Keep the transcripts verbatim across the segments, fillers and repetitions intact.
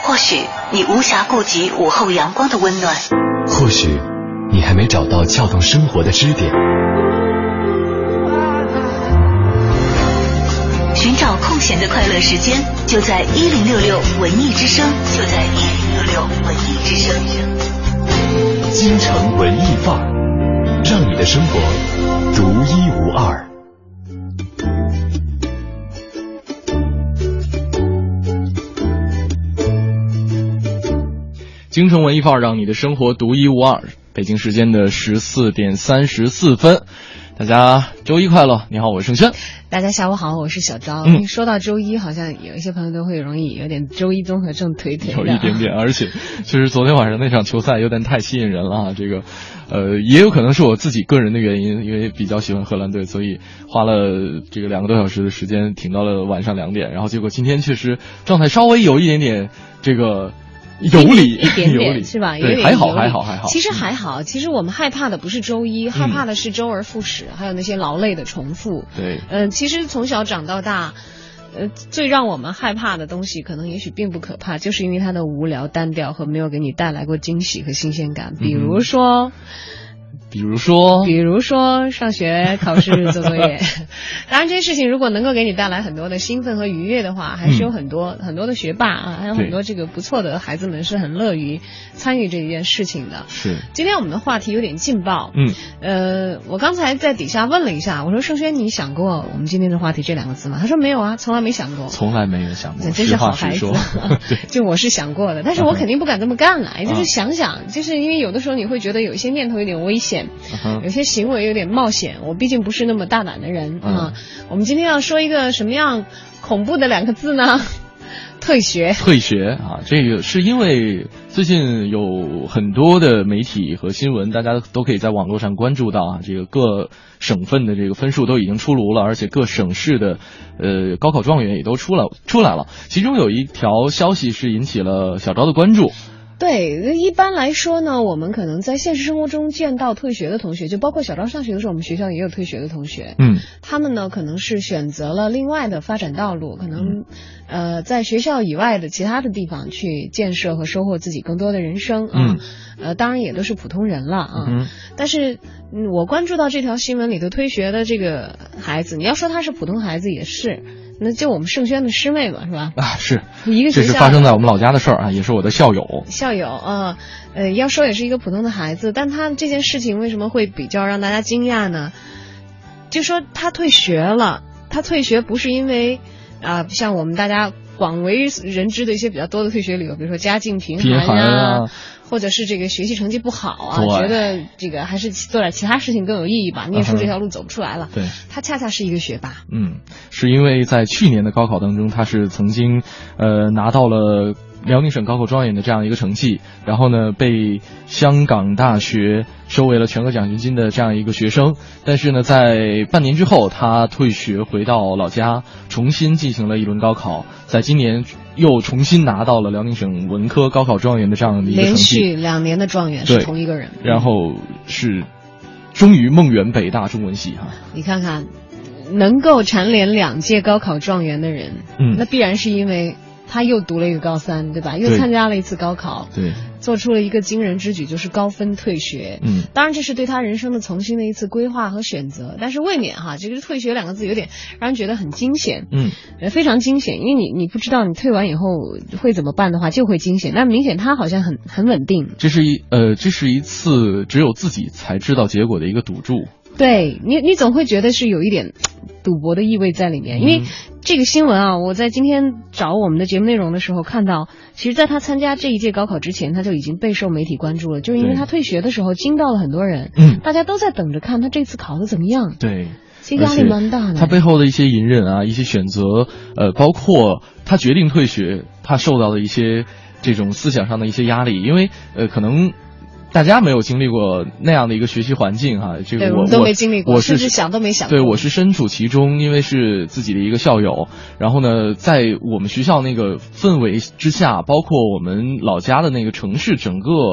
或许你无暇顾及午后阳光的温暖， 或许你还没找到撬动生活的支点。 寻找空闲的快乐时间，就在一零六六文艺之声，就在一零六六文艺之声。 京城文艺范儿，让你的生活独一无二。 京城文艺范儿，让你的生活独一无二。北京时间的十四点三十四分，大家周一快乐！你好，我是盛轩。 大家下午好，我是小昭。 嗯， 说到周一，好像有一些朋友都会容易有点周一综合症腿腿的， 有一点点。而且，其实昨天晚上那场球赛有点太吸引人了啊！这个，呃，也有可能是我自己个人的原因，因为比较喜欢荷兰队，所以花了这个两个多小时的时间挺到了晚上两点。然后结果今天确实状态稍微有一点点这个。有理一点有理点是吧？有点还好还好还好。 其实还好，其实我们害怕的不是周一，害怕的是周而复始，还有那些劳累的重复。 对， 呃，其实从小长到大，呃，最让我们害怕的东西，可能也许并不可怕，就是因为它的无聊、单调和没有给你带来过惊喜和新鲜感。比如说。嗯比如说， 比如说上学、考试、做作业，当然这些事情如果能够给你带来很多的兴奋和愉悦的话，还是有很多、嗯、很多的学霸啊，还有很多这个不错的孩子们是很乐于参与这一件事情的。 是。 今天我们的话题有点劲爆， 嗯， 呃，我刚才在底下问了一下，我说盛轩，你想过我们今天的话题这两个字吗？他说没有啊，从来没想过， 从来没有想过， 真是好孩子。就我是想过的，但是我肯定不敢这么干了，就是想想，就是因为有的时候你会觉得有一些念头有点危险。 嗯、 有些行为有点冒险，我毕竟不是那么大胆的人啊、嗯。我们今天要说一个什么样恐怖的两个字呢？退学。 退学啊，这个是因为最近有很多的媒体和新闻，大家都可以在网络上关注到啊，这个各省份的这个分数都已经出炉了，而且各省市的呃高考状元也都出了出来了。其中有一条消息是引起了小昭的关注。 对，一般来说呢，我们可能在现实生活中见到退学的同学，就包括小昭上学的时候，我们学校也有退学的同学。 嗯， 他们呢可能是选择了另外的发展道路，可能、嗯、呃在学校以外的其他的地方去建设和收获自己更多的人生啊。 嗯， 呃，当然也都是普通人了啊。 嗯， 但是、嗯、我关注到这条新闻里头退学的这个孩子，你要说他是普通孩子也是。那就我们盛轩的师妹嘛，是吧？ 啊，是一个学校， 这是发生在我们老家的事儿啊，也是我的校友。 校友啊，呃，要说也是一个普通的孩子，但他这件事情为什么会比较让大家惊讶呢？就说他退学了，他退学不是因为啊、呃，像我们大家广为人知的一些比较多的退学理由，比如说家境贫寒啊。 贫寒啊或者是这个学习成绩不好啊，觉得这个还是做点其他事情更有意义吧，念书这条路走不出来了。 对， 他恰恰是一个学霸。 嗯，是因为在去年的高考当中，他是曾经呃拿到了辽宁省高考状元的这样一个成绩，然后呢被香港大学收为了全额奖学金的这样一个学生，但是呢在半年之后他退学回到老家，重新进行了一轮高考，在今年又重新拿到了辽宁省文科高考状元的这样的一个成绩， 连续两年的状元是同一个人， 然后是终于梦圆北大中文系哈。 你看看能够蝉联两届高考状元的人， 嗯， 那必然是因为他又读了一个高三，对吧？又参加了一次高考， 对， 做出了一个惊人之举，就是高分退学。 嗯， 当然这是对他人生的重新的一次规划和选择，但是未免哈，这个退学两个字有点让人觉得很惊险。 嗯， 非常惊险，因为你你不知道你退完以后会怎么办的话，就会惊险。但明显他好像很很稳定。 这是一呃，这是一次只有自己才知道结果的一个赌注。 对你，你总会觉得是有一点赌博的意味在里面，因为这个新闻啊，我在今天找我们的节目内容的时候看到，其实在他参加这一届高考之前，他就已经备受媒体关注了，就是因为他退学的时候惊到了很多人， 嗯， 大家都在等着看他这次考得怎么样。 对， 其实压力蛮大的。 他背后的一些隐忍啊，一些选择，呃，包括他决定退学，他受到的一些这种思想上的一些压力，因为呃，可能大家没有经历过那样的一个学习环境哈，这个我我们都没经历过， 我是甚至想都没想过。 对，我是身处其中，因为是自己的一个校友，然后呢，在我们学校那个氛围之下，包括我们老家的那个城市，整个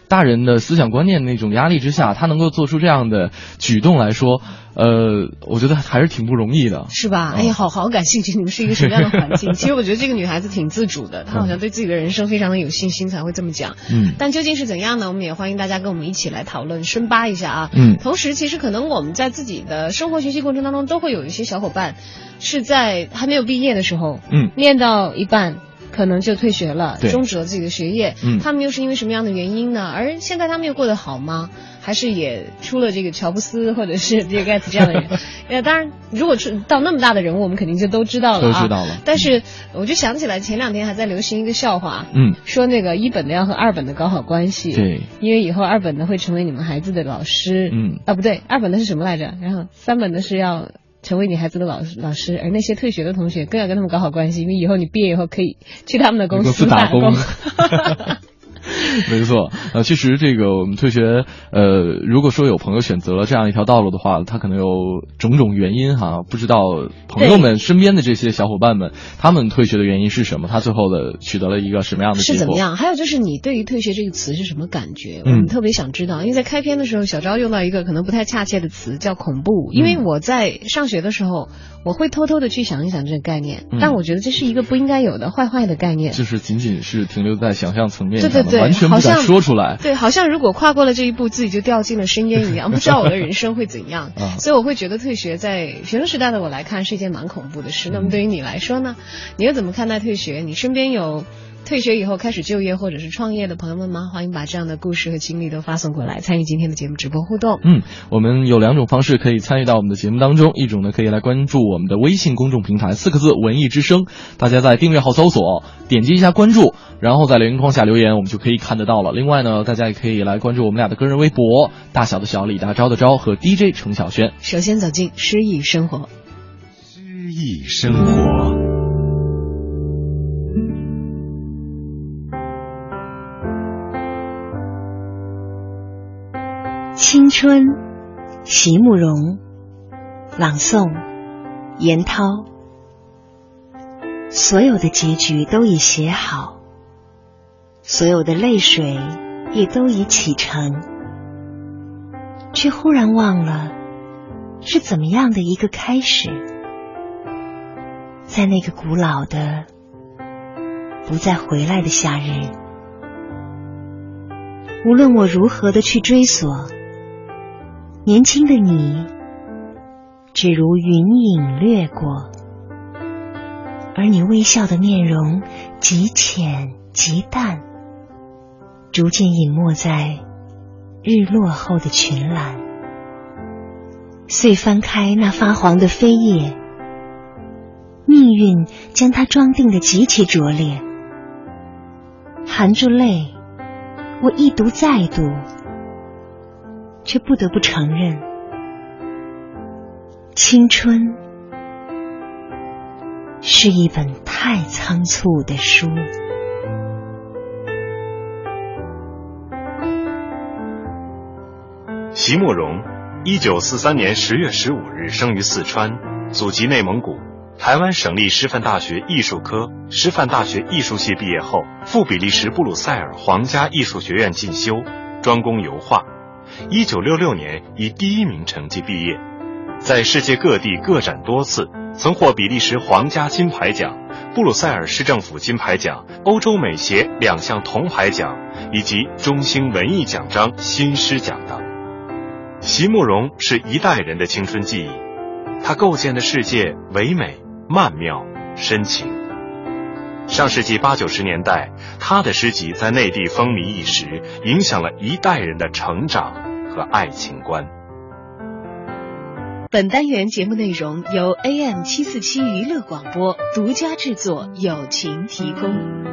大人的思想观念那种压力之下，他能够做出这样的举动来说，呃，我觉得还是挺不容易的， 是吧？哎呀，好好感兴趣，你们是一个什么样的环境？其实我觉得这个女孩子挺自主的，她好像对自己的人生非常的有信心，才会这么讲。嗯，但究竟是怎样呢？我们也欢迎大家跟我们一起来讨论、深扒一下啊。嗯，同时，其实可能我们在自己的生活学习过程当中，都会有一些小伙伴是在还没有毕业的时候，嗯，念到一半。可能就退学了，终止了自己的学业。嗯，他们又是因为什么样的原因呢？而现在他们又过得好吗？还是也出了这个乔布斯或者是比尔盖茨这样的人？呃，当然，如果出到那么大的人物，我们肯定就都知道了啊。 都知道了。 但是我就想起来，前两天还在流行一个笑话，嗯，说那个一本的要和二本的搞好关系，对，因为以后二本的会成为你们孩子的老师，嗯，啊不对，二本的是什么来着？然后三本的是要成为你孩子的老老师，而那些退学的同学更要跟他们搞好关系，因为以后你毕业以后可以去他们的公司打工。 没错，呃，其实这个我们退学，呃，如果说有朋友选择了这样一条道路的话，他可能有种种原因哈，不知道朋友们身边的这些小伙伴们，他们退学的原因是什么？他最后的取得了一个什么样的结果？ 是怎么样？还有就是你对于退学这个词是什么感觉？我们特别想知道，因为在开篇的时候，小昭用到一个可能不太恰切的词，叫恐怖。因为我在上学的时候，我会偷偷的去想一想这个概念，嗯、但我觉得这是一个不应该有的坏坏的概念， 就是仅仅是停留在想象层面上， 对对对， 完全不敢说出来。 对，好像如果跨过了这一步，自己就掉进了深渊一样，不知道我的人生会怎样。啊、所以我会觉得退学在学生时代的我来看是一件蛮恐怖的事。那么对于你来说呢？你又怎么看待退学？你身边有退学以后开始就业或者是创业的朋友们吗？欢迎把这样的故事和经历都发送过来，参与今天的节目直播互动。 嗯，我们有两种方式可以参与到我们的节目当中，一种呢可以来关注我们的微信公众平台，四个字文艺之声，大家在订阅号搜索，点击一下关注，然后在留言框下留言，我们就可以看得到了。另外呢，大家也可以来关注我们俩的个人微博，大小的小，李大钊的钊和 D J 程晓轩。 首先走进诗意生活。 诗意生活。 青春，席慕容，朗诵，严涛。所有的结局都已写好，所有的泪水也都已启程，却忽然忘了是怎么样的一个开始。在那个古老的不再回来的夏日，无论我如何的去追索，年轻的你只如云影掠过，而你微笑的面容极浅极淡，逐渐隐没在日落后的群岚。遂翻开那发黄的飞叶，命运将它装订得极其拙劣。含着泪，我一读再读，却不得不承认，青春是一本太仓促的书。 席慕容，一九四三年十月十五日生于四川，祖籍内蒙古。台湾省立师范大学艺术科、师范大学艺术系毕业后，赴比利时布鲁塞尔皇家艺术学院进修，专攻油画。一九六六年以第一名成绩毕业，在世界各地各展多次，曾获比利时皇家金牌奖、布鲁塞尔市政府金牌奖、欧洲美协两项铜牌奖以及中兴文艺奖章新诗奖等。席慕容是一代人的青春记忆，他构建的世界唯美、曼妙、深情。上世纪八九十年代，他的诗集在内地风靡一时，影响了一代人的成长和爱情观。 本单元节目内容由 A M 七四七娱乐广播独家制作，友情提供。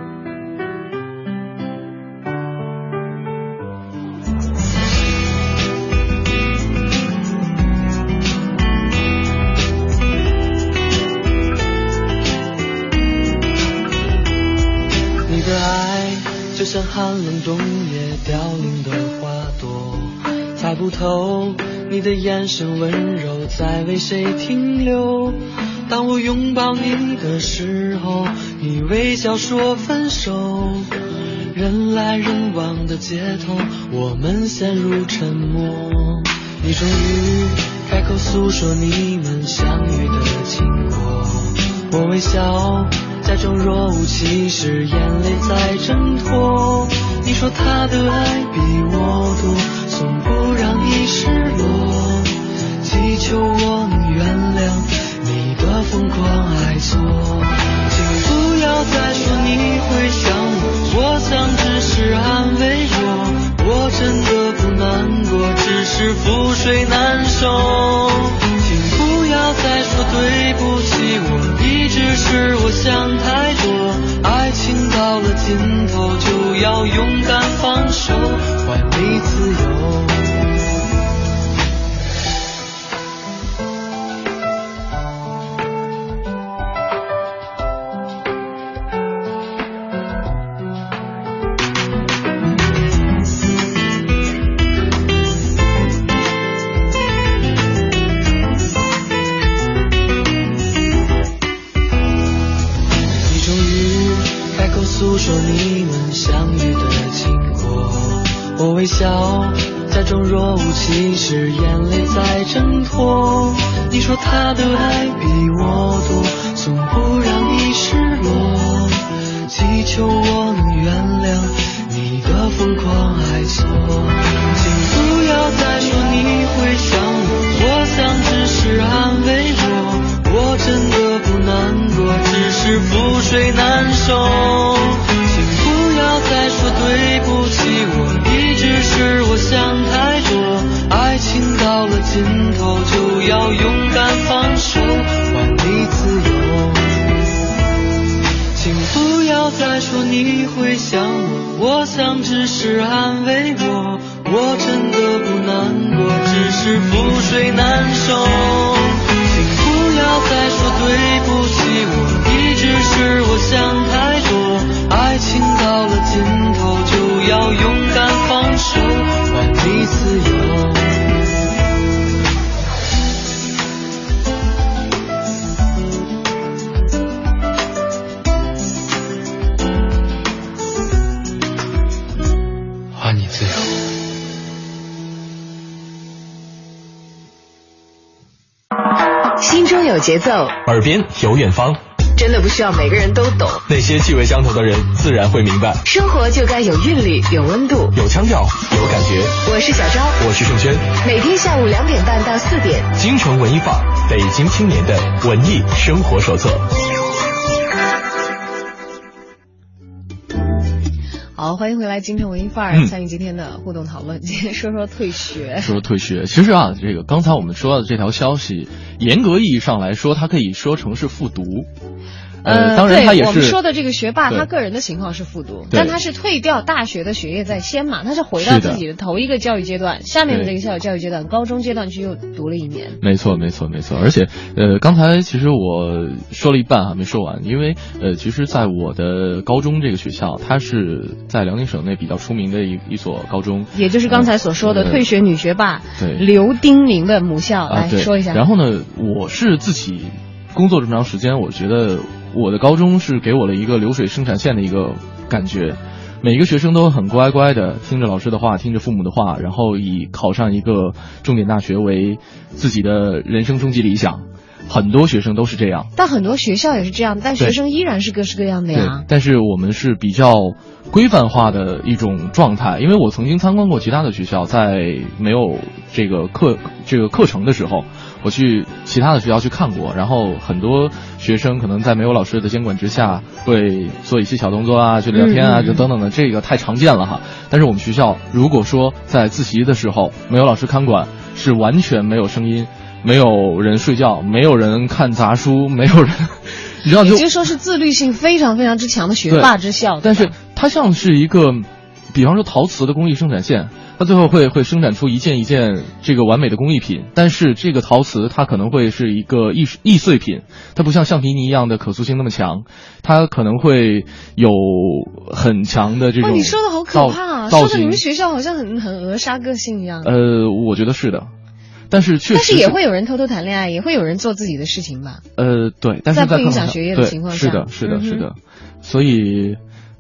你的爱就像寒冷冬夜凋零的花朵，猜不透你的眼神温柔在为谁停留。当我拥抱你的时候，你微笑说分手， 人来人往的街头，我们陷入沉默。你终于开口诉说你们相遇的经过，我微笑假装若无其事，眼泪在挣脱。你说他的爱比我多，从不让你失落，祈求我能原谅你的疯狂爱错。请不要再说你会想我，我想只是安慰我，我真的不难过，只是覆水难收。请不要再说对不起我，一直是我想太多，爱情到了尽头就要勇敢放手，还你自由。诉说你们相遇的经过，我微笑假装若无其事，眼泪在挣脱。你说他的爱比我多，从不让你失落，祈求我能原谅你的疯狂爱错。请不要再说你会想我，我想只是安慰我，我真的不难过，只是覆水难收。请不要再说对不起我，一直是我想太多，爱情到了尽头就要勇敢放手，还你自由。请不要再说你会想我，我想只是安慰我，我真的不难过，只是覆水难收。请不要再说对不起我，一直是我想太多，爱情到了尽头就要勇敢放手，还你自由。还你自由。 心中有节奏， 耳边有远方， 真的不需要每个人都懂， 那些气味相投的人自然会明白。 生活就该有韵律，有温度， 有腔调，有感觉。 我是小昭， 我是盛轩， 每天下午两点半到四点， 京城文艺坊，北京青年的文艺生活手册。 好，欢迎回来京城文艺范儿，嗯、参与今天的互动讨论。今天说说退学， 说说退学。其实啊，这个刚才我们说到的这条消息，严格意义上来说，它可以说成是复读。呃，当然他也是我们说的这个学霸，他个人的情况是复读，但他是退掉大学的学业在先嘛，他是回到自己的头一个教育阶段，下面的这个教育教育阶段，高中阶段去又读了一年。 没错，没错，没错。而且，呃，刚才其实我说了一半还没说完，因为呃，其实，在我的高中这个学校，它是在辽宁省内比较出名的一一所高中， 也就是刚才所说的、呃、退学女学霸对刘丁宁的母校，来、啊、说一下。 然后呢，我是自己工作这么长时间，我觉得我的高中是给我了一个流水生产线的一个感觉，每一个学生都很乖乖的听着老师的话，听着父母的话，然后以考上一个重点大学为自己的人生终极理想。很多学生都是这样， 但很多学校也是这样，但学生依然是各式各样的呀。 但是我们是比较规范化的一种状态，因为我曾经参观过其他的学校，在没有这个课这个课程的时候，我去其他的学校去看过，然后很多学生可能在没有老师的监管之下，会做一些小动作啊，去聊天啊，就、嗯、等等的，这个太常见了哈。但是我们学校如果说在自习的时候没有老师看管，是完全没有声音。没有人睡觉，没有人看杂书，没有人，你知道就， 也就是说是自律性非常非常之强的学霸之校。 但是它像是一个，比方说陶瓷的工艺生产线，它最后会会生产出一件一件这个完美的工艺品。但是这个陶瓷它可能会是一个易易碎品，它不像橡皮泥一样的可塑性那么强，它可能会有很强的这种。 哦，你说的好可怕啊！说的你们学校好像很很扼杀个性一样。 呃，我觉得是的。但是确实， 但是也会有人偷偷谈恋爱，也会有人做自己的事情吧？ 呃，对，但是在不影响学业的情况下， 是的，是的，是的。所以，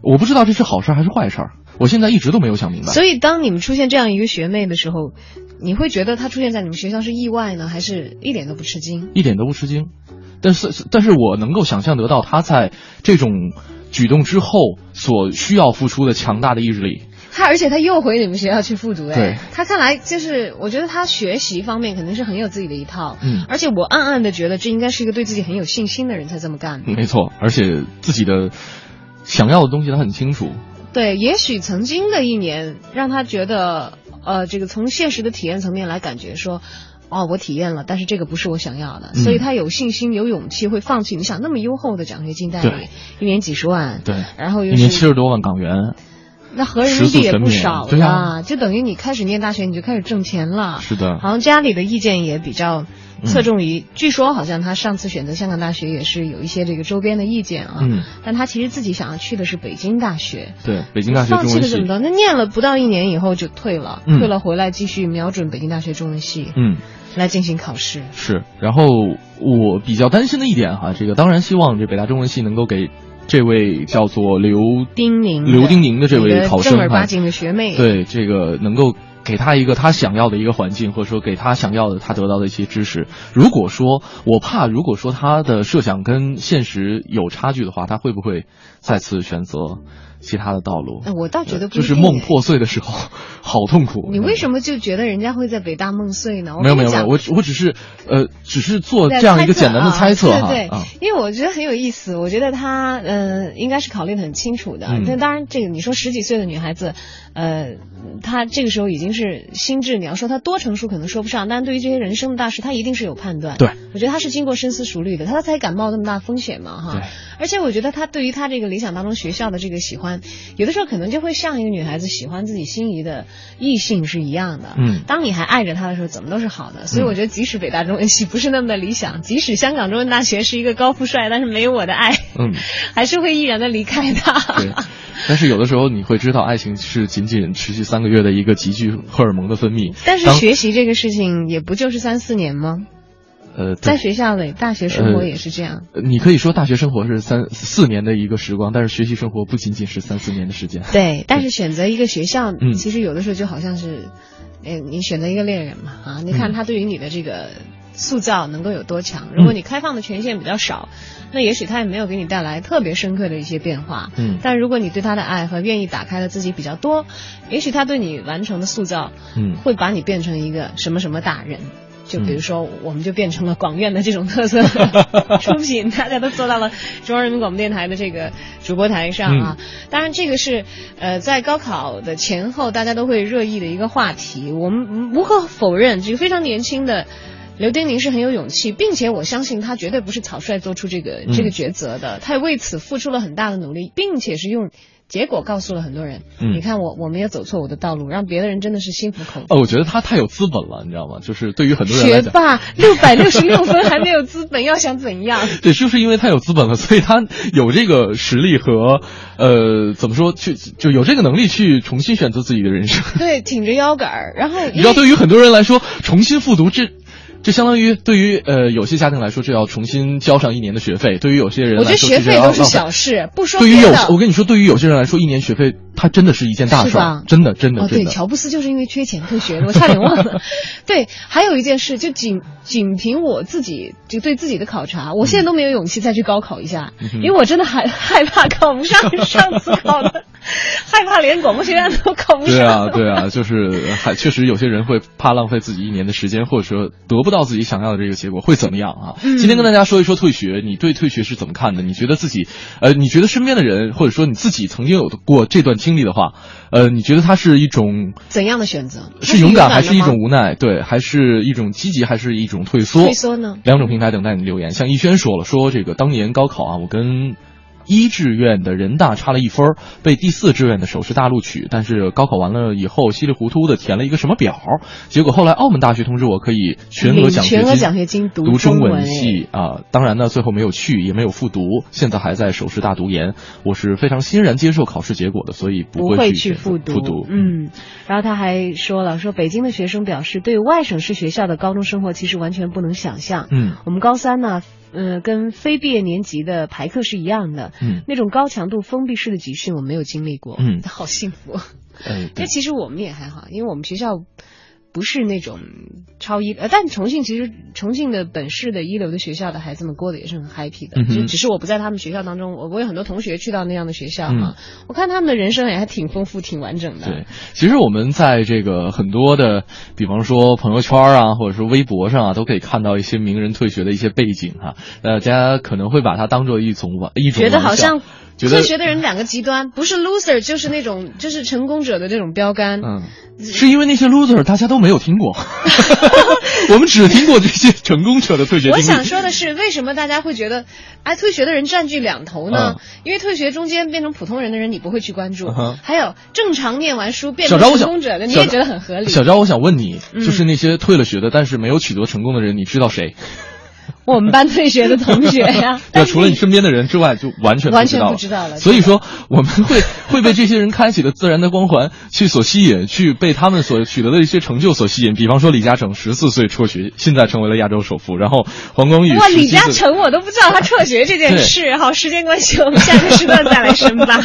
我不知道这是好事还是坏事，我现在一直都没有想明白。 所以当你们出现这样一个学妹的时候，你会觉得她出现在你们学校是意外呢，还是一点都不吃惊？ 一点都不吃惊，但是但是我能够想象得到她在这种举动之后所需要付出的强大的意志力。 他而且他又回你们学校去复读，哎， 对， 他看来就是我觉得他学习方面肯定是很有自己的一套， 嗯， 而且我暗暗的觉得这应该是一个对自己很有信心的人才这么干。 没错，而且自己的想要的东西他很清楚。 对，也许曾经的一年让他觉得，呃，这个从现实的体验层面来感觉说，哦，我体验了，但是这个不是我想要的， 嗯、 所以他有信心、有勇气会放弃。你想那么优厚的奖学金待遇，一年几十万， 对， 然后又一年七十多万港元。 那合人民币也不少了， 对啊， 就等于你开始念大学你就开始挣钱了。 是的， 好像家里的意见也比较侧重于，嗯、据说好像他上次选择香港大学也是有一些这个周边的意见啊。 嗯， 但他其实自己想要去的是北京大学。 对，北京大学中文系。 放弃了这么多，那念了不到一年以后就退了， 嗯、 退了回来继续瞄准北京大学中文系。 嗯。 来进行考试。 是，然后我比较担心的一点哈，这个当然希望这北大中文系能够给这位叫做刘丁宁刘丁宁的这位考生正儿八经的学妹， 对这个能够给他一个他想要的一个环境，或者说给他想要的他得到的一些知识。如果说我怕，如果说他的设想跟现实有差距的话，他会不会再次选择其他的道路？ 我倒觉得不就是梦破碎的时候，好痛苦。 你为什么就觉得人家会在北大梦碎呢？ 没有没有没有，我我只是呃，只是做这样一个简单的猜测哈。 对对，因为我觉得很有意思，我觉得他呃应该是考虑得很清楚的。那、嗯、当然，这个你说十几岁的女孩子，呃，她这个时候已经是心智，你要说她多成熟可能说不上，但对于这些人生的大事，她一定是有判断。 对， 我觉得她是经过深思熟虑的，她才敢冒那么大风险嘛哈。 对， 而且我觉得她对于她这个理想当中学校的这个喜欢。有的时候可能就会像一个女孩子喜欢自己心仪的异性是一样的， 嗯， 当你还爱着他的时候，怎么都是好的。所以我觉得，即使北大中文系不是那么的理想，即使香港中文大学是一个高富帅，但是没有我的爱， 嗯， 还是会毅然的离开他。 对，但是有的时候你会知道，爱情是仅仅持续三个月的一个急剧荷尔蒙的分泌。 但是学习这个事情也不就是三四年吗？ 呃， 在学校里，大学生活也是这样。 呃，你可以说大学生活是三四年的一个时光，但是学习生活不仅仅是三四年的时间。 对，但是选择一个学校， 嗯、 其实有的时候就好像是，呃，你选择一个恋人嘛，啊，你看他对于你的这个塑造能够有多强。如果你开放的权限比较少，嗯、那也许他也没有给你带来特别深刻的一些变化。 嗯， 但如果你对他的爱和愿意打开的自己比较多，也许他对你完成的塑造， 嗯， 会把你变成一个什么什么大人。就比如说，我们就变成了广院的这种特色出品，大家都做到了中央人民广播电台的这个主播台上啊。 嗯、 当然，这个是呃在高考的前后大家都会热议的一个话题。我们无可否认，这个非常年轻的刘丁宁是很有勇气，并且我相信他绝对不是草率做出这个、嗯、这个抉择的，他也为此付出了很大的努力，并且是用。结果告诉了很多人， 嗯， 你看我我没有走错我的道路，让别的人真的是心服口服。 哦，我觉得他太有资本了，你知道吗？就是对于很多人来讲， 学霸六百六十六分还没有资本，要想怎样？ 对，就是因为他有资本了，所以他有这个实力和呃怎么说，去就有这个能力去重新选择自己的人生。 对，挺着腰杆儿，然后你知道，对于很多人来说，重新复读这。这相当于对于呃有些家庭来说，这要重新交上一年的学费；对于有些人来说， 我觉得学费都是小事，不说对于有我跟你说，对于有些人来说，一年学费它真的是一件大事，真的真的哦， 真的。 对，乔布斯就是因为缺钱退学的，我差点忘了。对，还有一件事，就仅仅凭我自己就对自己的考察，我现在都没有勇气再去高考一下， 嗯、 因为我真的害害怕考不上上次考的，害怕连广播学院都考不上。 对啊，对啊，就是还确实有些人会怕浪费自己一年的时间，或者说得不到自己想要的这个结果会怎么样啊？ 嗯、 今天跟大家说一说退学，你对退学是怎么看的？你觉得自己，呃，你觉得身边的人，或者说你自己曾经有过这段经历的话，呃，你觉得它是一种怎样的选择？ 是勇敢还是一种无奈？对，还是一种积极还是一种退缩？ 退缩呢？ 两种平台等待你留言。像逸轩说了，说这个当年高考啊，我跟一志愿的人大差了一分，被第四志愿的首师大录取，但是高考完了以后稀里糊涂的填了一个什么表，结果后来澳门大学通知我可以全额奖学金， 全额奖学金读读中文文系啊、呃，当然呢最后没有去，也没有复读，现在还在首师大读研。我是非常欣然接受考试结果的，所以不会去复读。 复读。 嗯，然后他还说了，说北京的学生表示，对外省市学校的高中生活其实完全不能想象。 嗯， 我们高三呢嗯、呃，跟非毕业年级的排课是一样的。 嗯， 那种高强度封闭式的集训我没有经历过。 嗯， 好幸福。 哎， 那其实我们也还好，因为我们学校不是那种超一，呃，但重庆其实重庆的本市的一流的学校的孩子们过得也是很 happy 的， 嗯、 就只是我不在他们学校当中，我我有很多同学去到那样的学校嘛、 嗯， 我看他们的人生也还挺丰富、挺完整的。 对，其实我们在这个很多的，比方说朋友圈啊，或者说微博上啊，都可以看到一些名人退学的一些背景哈、啊，大家可能会把它当做一种一种觉得好像。 退学的人两个极端，不是 loser 就是那种就是成功者的这种标杆。 嗯，是因为那些 loser 大家都没有听过，我们只听过这些成功者的退学经历。 我想说的是，为什么大家会觉得，哎，退学的人占据两头呢？嗯、因为退学中间变成普通人的人，你不会去关注；嗯、还有正常念完书变成成功者的，你也觉得很合理。 小昭，我想问你， 嗯、 就是那些退了学的，但是没有取得成功的人，你知道谁？ 我们班退学的同学呀、啊， 对，除了你身边的人之外，就完全不知道了完全不知道了。 所以说，我们会会被这些人开启的自然的光环去所吸引，去被他们所取得的一些成就所吸引。比方说，李嘉诚十四岁辍学，现在成为了亚洲首富。然后黄光裕， 哇，李嘉诚我都不知道他辍学这件事。好，时间关系，我们下个时段再来深扒。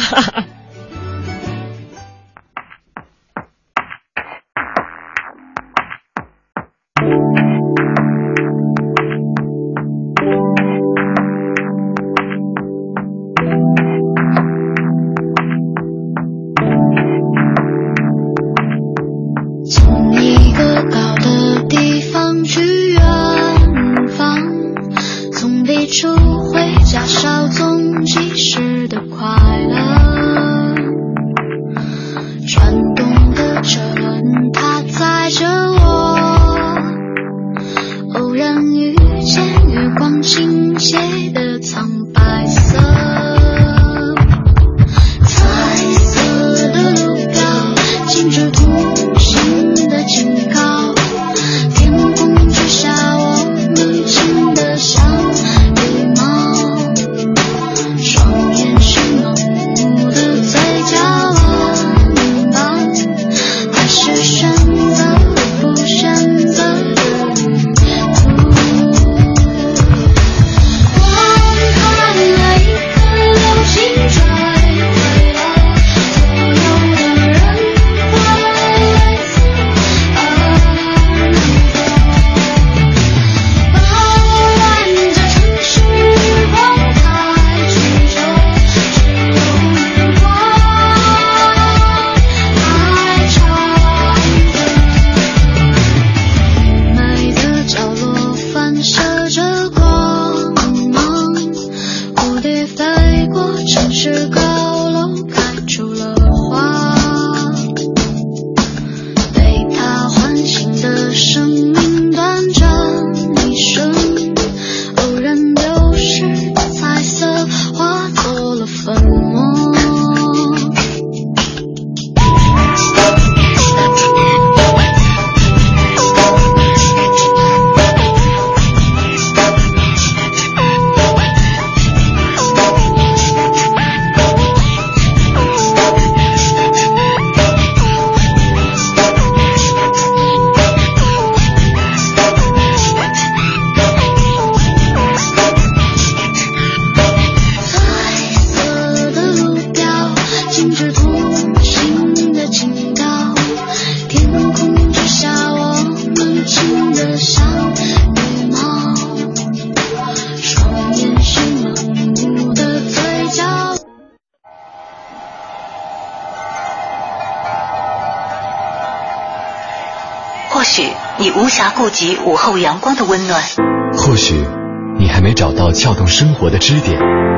或许你无暇顾及午后阳光的温暖， 或许你还没找到撬动生活的支点。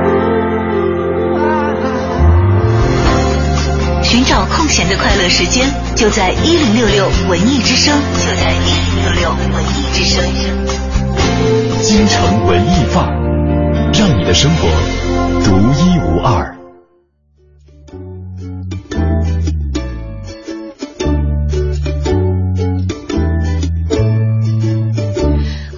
寻找空闲的快乐时间，就在一零六六文艺之声，就在一零六六文艺之声。 京城文艺范儿，让你的生活独一无二。 好，欢迎大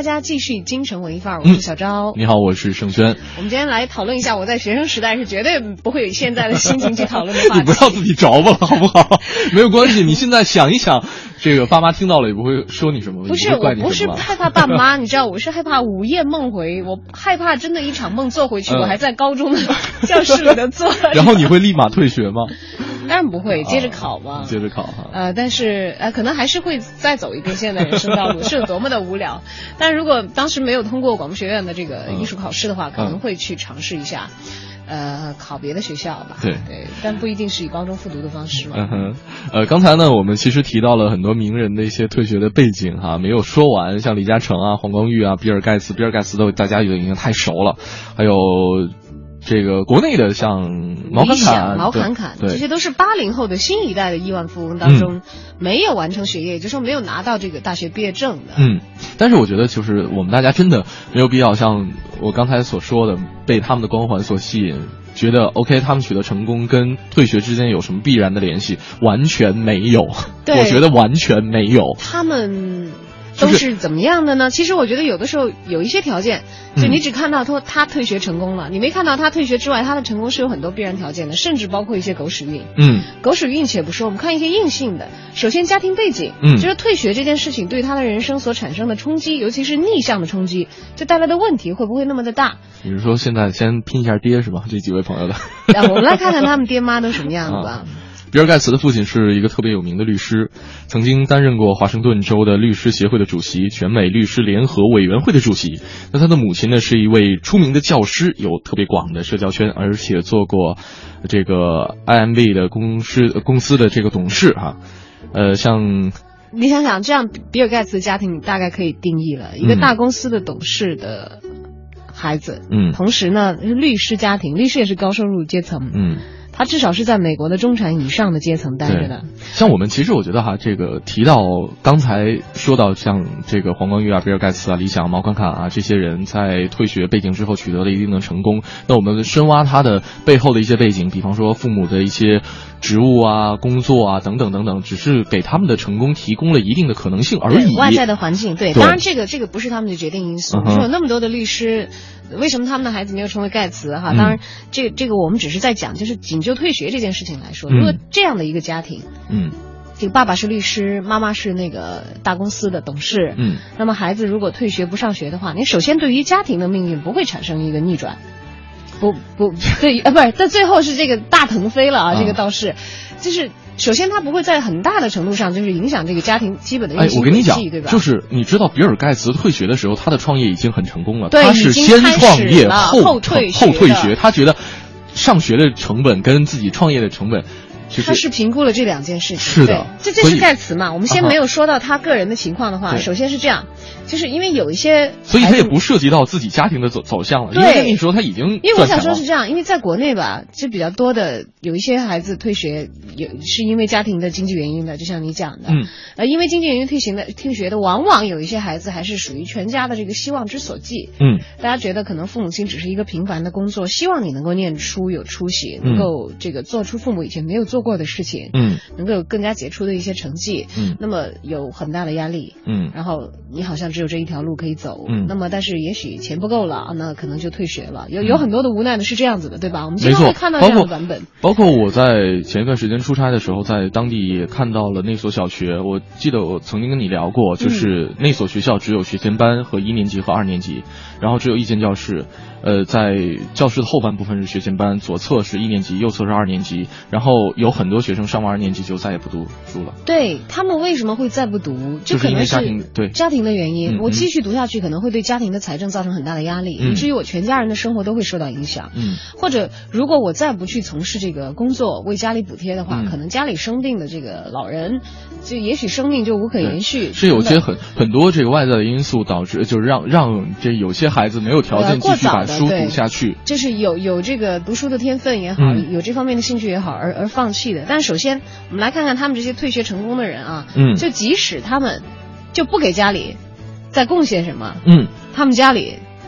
大家继续京城文艺范儿，我是小昭、 嗯。你好，我是盛轩。 我们今天来讨论一下，我在学生时代是绝对不会有现在的心情去讨论的话题。 你不要自己着吧了，好不好？没有关系，你现在想一想，这个爸妈听到了也不会说你什么， 不是， 也不会怪你什么。 我不是害怕爸妈，你知道，我是害怕午夜梦回，我害怕真的一场梦做回去，嗯、我还在高中的教室里的坐。 然后你会立马退学吗？ 当然不会，接着考嘛。 啊、接着考哈。 呃，但是呃，可能还是会再走一个现在人生道路，是有多么的无聊。但是如果当时没有通过广播学院的这个艺术考试的话，嗯、可能会去尝试一下。呃，考别的学校吧， 对对，但不一定是以高中复读的方式嘛。 嗯哼，呃，刚才呢，我们其实提到了很多名人的一些退学的背景哈，没有说完，像李嘉诚啊、黄光裕啊、比尔盖茨，比尔盖茨都大家已经太熟了，还有这个国内的像毛侃侃、 毛侃侃，这些都是八零后的新一代的亿万富翁当中、嗯、没有完成学业，也就是说没有拿到这个大学毕业证的。 嗯，但是我觉得就是我们大家真的没有必要像我刚才所说的被他们的光环所吸引，觉得 OK 他们取得成功跟退学之间有什么必然的联系，完全没有。我觉得完全没有。 他们都是怎么样的呢？其实我觉得有的时候有一些条件，就你只看到他他退学成功了、嗯，你没看到他退学之外，他的成功是有很多必然条件的，甚至包括一些狗屎运。 嗯， 狗屎运且不说，我们看一些硬性的。首先，家庭背景， 嗯， 就是退学这件事情对他的人生所产生的冲击，尤其是逆向的冲击，就带来的问题会不会那么的大？ 比如说，现在先拼一下爹是吧？这几位朋友的。 啊，我们来看看他们爹妈都什么样子吧。啊比尔盖茨的父亲是一个特别有名的律师，曾经担任过华盛顿州的律师协会的主席，全美律师联合委员会的主席。那他的母亲呢，是一位出名的教师，有特别广的社交圈，而且做过这个 I M V 的公司公司的这个董事哈。呃，像你想想，这样比尔盖茨的家庭，你大概可以定义了一个大公司的董事的孩子， 嗯， 同时呢是律师家庭，律师也是高收入阶层， 嗯。 他至少是在美国的中产以上的阶层待着的。 像我们其实我觉得哈，这个提到刚才说到像这个黄光裕啊、比尔盖茨啊、李想、毛侃侃啊这些人在退学背景之后取得了一定的成功，那我们深挖他的背后的一些背景，比方说父母的一些职务啊、工作啊等等等等，只是给他们的成功提供了一定的可能性而已。 外在的环境，对，当然这个这个不是他们的决定因素。嗯、说有那么多的律师，为什么他们的孩子没有成为盖茨哈？当然，这这个我们只是在讲，就是仅就退学这件事情来说，如果这样的一个家庭， 嗯， 这个爸爸是律师，妈妈是那个大公司的董事， 嗯， 那么孩子如果退学不上学的话，你首先对于家庭的命运不会产生一个逆转，不不对啊，不是，在最后是这个大腾飞了啊，这个倒是，就是首先他不会在很大的程度上就是影响这个家庭基本的运行轨迹，对吧？ 就是你知道比尔盖茨退学的时候，他的创业已经很成功了， 对， 他是先创业后退后退学，他觉得上学的成本跟自己创业的成本。 他是评估了这两件事情， 是的， 这这是盖茨嘛？我们先没有说到他个人的情况的话，首先是这样，就是因为有一些， 所以他也不涉及到自己家庭的走走向了，因为那时候他已经。 因为我想说是这样，因为在国内吧，就比较多的有一些孩子退学，有是因为家庭的经济原因的，就像你讲的， 嗯， 呃，因为经济原因退行的退学的，往往有一些孩子还是属于全家的这个希望之所寄， 嗯， 大家觉得可能父母亲只是一个平凡的工作，希望你能够念书有出息，能够这个做出父母以前没有做过的事情， 嗯。嗯， 能够有更加杰出的一些成绩， 嗯， 那么有很大的压力， 嗯， 然后你好像只有这一条路可以走， 嗯， 那么但是也许钱不够了，那可能就退学了，有有很多的无奈的是这样子的，对吧？我们经常会看到这样的版本。 包括我在前一段时间出差的时候，在当地也看到了那所小学，我记得我曾经跟你聊过，就是那所学校只有学前班和一年级和二年级，然后只有一间教室。呃，在教室的后半部分是学前班，左侧是一年级，右侧是二年级，然后有很多学生上完二年级就再也不读书了。 对，他们为什么会再不读？ 就可能是家庭对家庭的原因。 嗯、 我继续读下去可能会对家庭的财政造成很大的压力， 嗯、 以至于我全家人的生活都会受到影响。 嗯， 或者如果我再不去从事这个工作，为家里补贴的话， 嗯、 可能家里生病的这个老人，就也许生命就无可延续。 是有些很很多这个外在的因素导致，就是让让这有些孩子没有条件继续把书读下去。 就是有有这个读书的天分也好， 嗯、 有这方面的兴趣也好，而而放弃的。但首先，我们来看看他们这些退学成功的人啊， 嗯， 就即使他们就不给家里再贡献什么， 嗯， 他们家里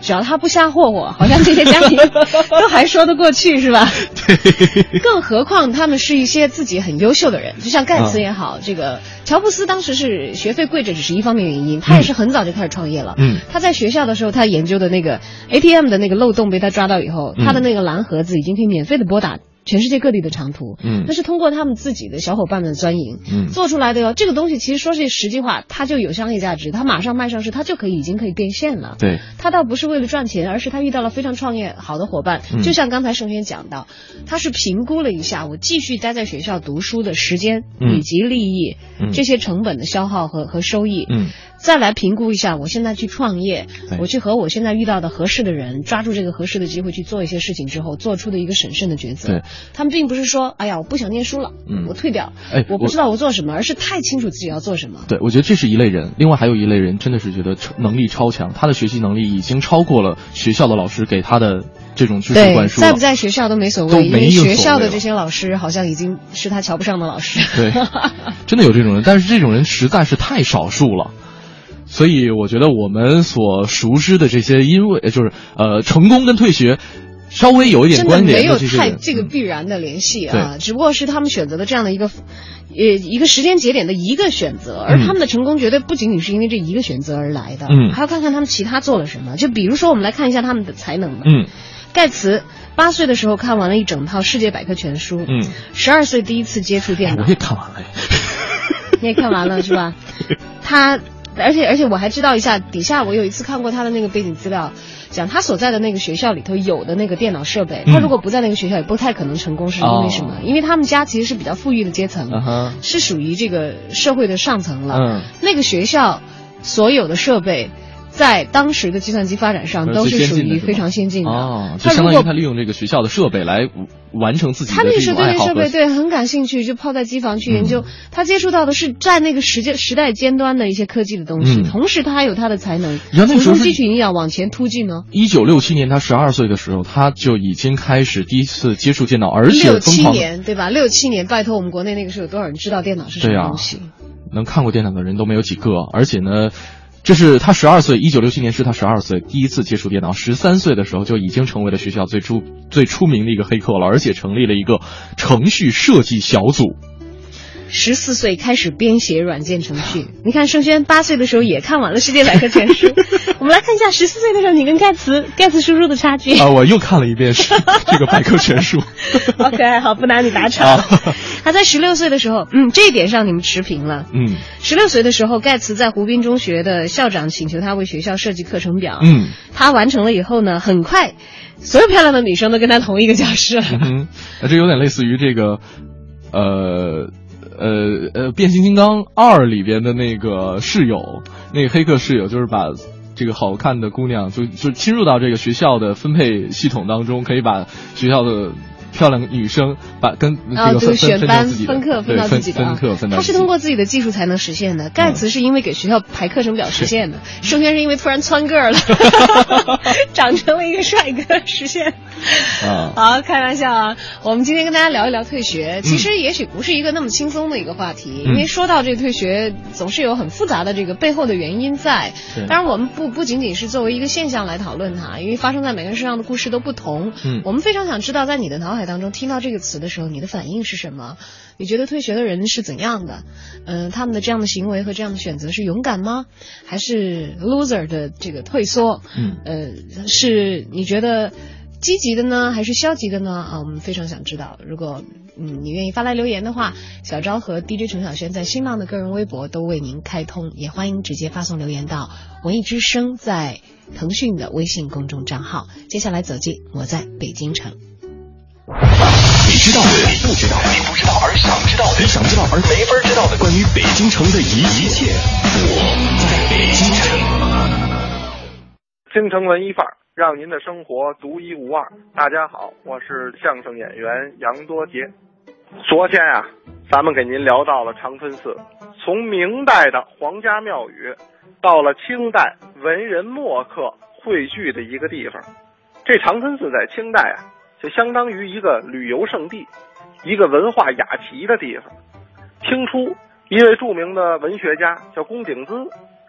只要他不瞎霍霍，好像这些家庭都还说得过去，是吧？ 对。 更何况他们是一些自己很优秀的人，就像盖茨也好，嗯、这个乔布斯当时是学费贵，这只是一方面原因，他也是很早就开始创业了。嗯，他在学校的时候，他研究的那个 A T M 的那个漏洞被他抓到以后，嗯、他的那个蓝盒子已经可以免费的拨打全世界各地的长途，嗯，那是通过他们自己的小伙伴们的钻营，嗯，做出来的哟。这个东西其实说是实际话，它就有商业价值，它马上卖上市，它就可以已经可以变现了。 对， 他倒不是为了赚钱，而是他遇到了非常创业好的伙伴。嗯、就像刚才盛轩讲到，他是评估了一下我继续待在学校读书的时间、嗯、以及利益、嗯、这些成本的消耗和和收益，嗯，再来评估一下我现在去创业，我去和我现在遇到的合适的人，抓住这个合适的机会去做一些事情之后，做出的一个审慎的抉择。 对。 他们并不是说，哎呀，我不想念书了，嗯，我退掉，哎，我不知道我做什么，而是太清楚自己要做什么。 对，我觉得这是一类人。另外还有一类人，真的是觉得能力超强，他的学习能力已经超过了学校的老师给他的这种知识灌输。 在不在学校都没所谓，因为学校的这些老师好像已经是他瞧不上的老师。 对，真的有这种人，但是这种人实在是太少数了。所以我觉得我们所熟知的这些，因为就是呃成功跟退学稍微有一点关联的这些人，没有太这个必然的联系啊，只不过是他们选择的这样的一个呃一个时间节点的一个选择，而他们的成功绝对不仅仅是因为这一个选择而来的，嗯，还要看看他们其他做了什么。就比如说我们来看一下他们的才能吧。嗯，盖茨八岁的时候看完了一整套世界百科全书，嗯，十二岁第一次接触电脑， 我也看完了， 你也看完了是吧？他。而且而且我还知道一下，底下我有一次看过他的那个背景资料，讲他所在的那个学校里头有的那个电脑设备，他如果不在那个学校也不太可能成功，是因为什么？因为他们家其实是比较富裕的阶层，是属于这个社会的上层了。那个学校所有的设备在当时的计算机发展上都是属于非常先进的。 哦，就相当于他利用这个学校的设备来完成自己的他那个时候对设备对很感兴趣，就泡在机房去研究。嗯、他接触到的是在那个时间时代尖端的一些科技的东西，嗯、同时他还有他的才能，从中汲取营养往前突进呢。 一九六七年，他十二岁的时候，他就已经开始第一次接触电脑，而且六七年对吧？六七年，拜托我们国内那个时候有多少人知道电脑是什么东西？ 对啊，能看过电脑的人都没有几个，而且呢。这是他十二岁，一九六七年是他十二岁第一次接触电脑，十三岁的时候就已经成为了学校最出最出名的一个黑客了，而且成立了一个程序设计小组。 十四岁开始编写软件程序，你看盛轩八岁的时候也看完了世界百科全书。我们来看一下十四岁的时候你跟盖茨盖茨叔叔的差距啊！我又看了一遍这个百科全书。 OK， 好，不拿你打岔。他在十六岁的时候，嗯，这一点上你们持平了。嗯，十六岁的时候，盖茨在湖滨中学的校长请求他为学校设计课程表。嗯，他完成了以后呢，很快所有漂亮的女生都跟他同一个教室了。 嗯，那这有点类似于这个，呃。呃呃，变形金刚二里边的那个室友，那个黑客室友，就是把这个好看的姑娘就就侵入到这个学校的分配系统当中，可以把学校的漂亮女生把跟这个分选班分课分到自己的， 分课分到他是通过自己的技术才能实现的。盖茨是因为给学校排课程表实现的，盛轩是因为突然蹿个儿了，长成了一个帅哥实现。啊，好，开玩笑啊！我们今天跟大家聊一聊退学，其实也许不是一个那么轻松的一个话题，嗯、因为说到这个退学，总是有很复杂的这个背后的原因在。当然，我们不不仅仅是作为一个现象来讨论它，因为发生在每个人身上的故事都不同。嗯，我们非常想知道，在你的脑海当中听到这个词的时候，你的反应是什么？你觉得退学的人是怎样的？嗯、呃，他们的这样的行为和这样的选择是勇敢吗？还是 loser 的这个退缩？嗯，呃，是你觉得积极的呢，还是消极的呢？啊，我们非常想知道。如果嗯你愿意发来留言的话，小昭和 D J 程晓轩在新浪的个人微博都为您开通，也欢迎直接发送留言到文艺之声在腾讯的微信公众账号。接下来走进我在北京城。 你知道的，你不知道的，你不知道而想知道的，你想知道而没法知道的，关于北京城的一一切，我在北京城。 京城文艺范儿，让您的生活独一无二。大家好，我是相声演员杨多杰。昨天啊，咱们给您聊到了长春寺，从明代的皇家庙宇，到了清代文人墨客汇聚的一个地方。这长春寺在清代啊，就相当于一个旅游胜地，一个文化雅集的地方。清初一位著名的文学家叫龚景资，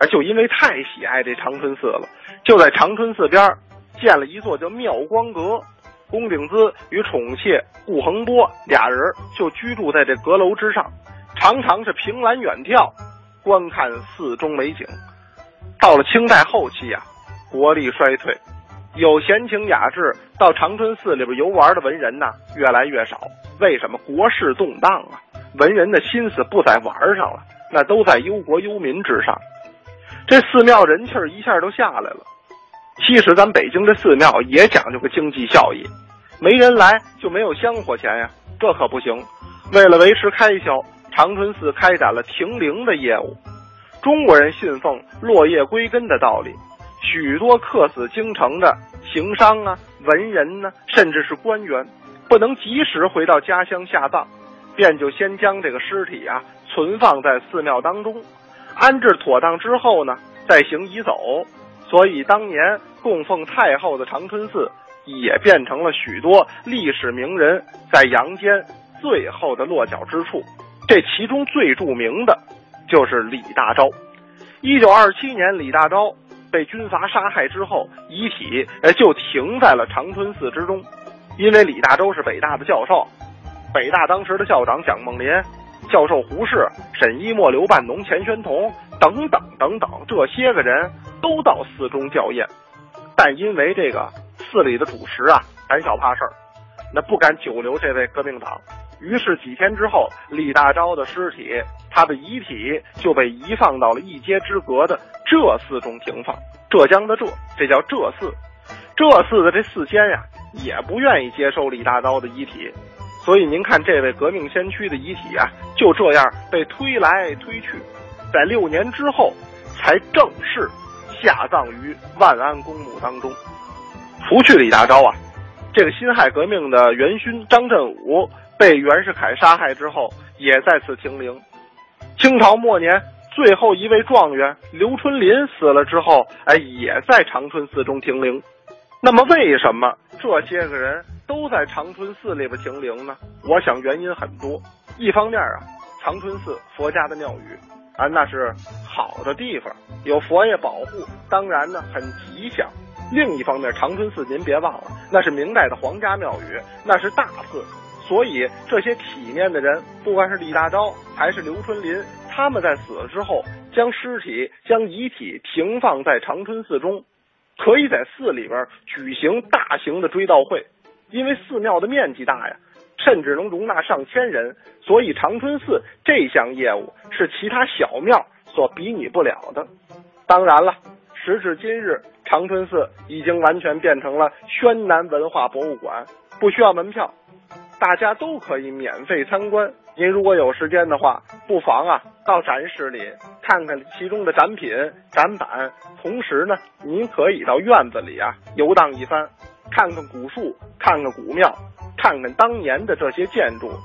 而就因为太喜爱这长春寺了，就在长春寺边建了一座叫妙光阁。龚鼎孳与宠妾顾恒波俩人就居住在这阁楼之上，常常是凭栏远眺，观看寺中美景。到了清代后期啊，国力衰退，有闲情雅致到长春寺里边游玩的文人呐越来越少。为什么？国事动荡啊，文人的心思不在玩上了，那都在忧国忧民之上。这寺庙人气儿一下就下来了。其实咱北京这寺庙也讲究个经济效益，没人来就没有香火钱呀，这可不行。为了维持开销，长春寺开展了停灵的业务。中国人信奉落叶归根的道理，许多客死京城的行商啊、文人呢、啊，甚至是官员，不能及时回到家乡下葬，便就先将这个尸体啊存放在寺庙当中，安置妥当之后呢，再行移走。所以当年供奉太后的长春寺也变成了许多历史名人在阳间最后的落脚之处。这其中最著名的就是李大钊。一九二七年，李大钊被军阀杀害之后，遗体就停在了长春寺之中。因为李大钊是北大的教授，北大当时的校长蒋梦麟、教授胡适、沈一墨、刘半农、钱玄同等等等等，这些个人都到寺中吊唁。但因为这个寺里的主持啊胆小怕事儿，那不敢久留这位革命党，于是几天之后，李大钊的尸体，他的遗体就被移放到了一街之隔的浙寺中停放。浙江的浙，这叫浙寺。浙寺的这寺监呀也不愿意接受李大钊的遗体，所以您看这位革命先驱的遗体啊就这样被推来推去，在六年之后才正式下葬于万安公墓当中。除去李大钊啊，这个辛亥革命的元勋张振武被袁世凯杀害之后也在此停灵。清朝末年最后一位状元刘春霖死了之后，哎，也在长春寺中停灵。那么为什么这些个人都在长春寺里边停灵呢？我想原因很多。一方面啊，长春寺佛家的庙宇啊，那是好的地方，有佛爷保护，当然呢很吉祥。另一方面，长春寺您别忘了，那是明代的皇家庙宇，那是大寺，所以这些体面的人，不管是李大钊还是刘春霖，他们在死了之后将尸体将遗体停放在长春寺中，可以在寺里边举行大型的追悼会。因为寺庙的面积大呀，甚至能容纳上千人，所以长春寺这项业务是其他小庙所比拟不了的。当然了，时至今日，长春寺已经完全变成了宣南文化博物馆，不需要门票，大家都可以免费参观。您如果有时间的话，不妨啊到展室里看看其中的展品展板，同时呢您可以到院子里啊游荡一番，看看古树，看看古庙，看看当年的这些建筑。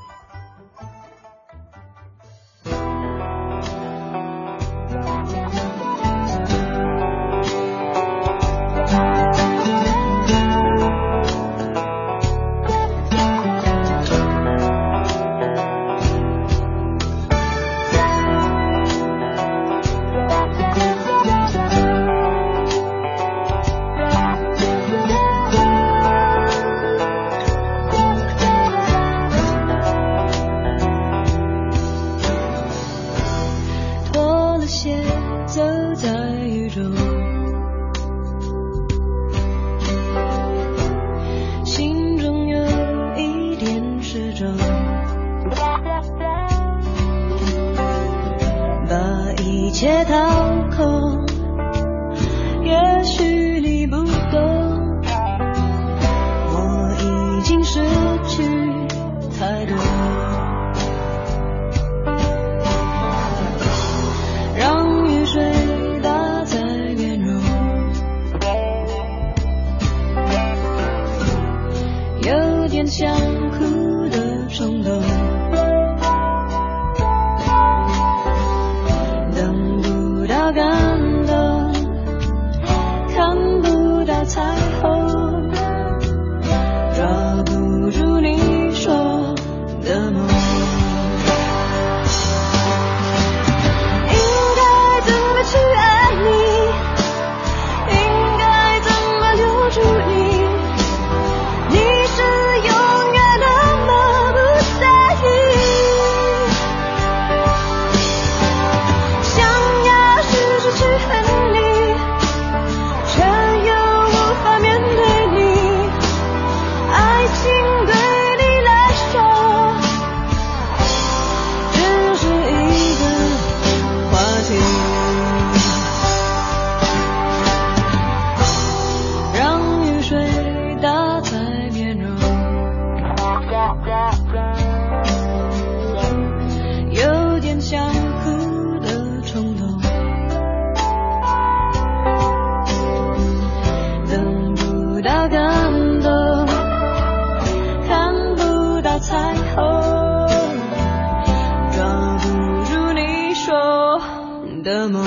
应该怎么去爱更多，看不到彩虹，搞不如你说的梦。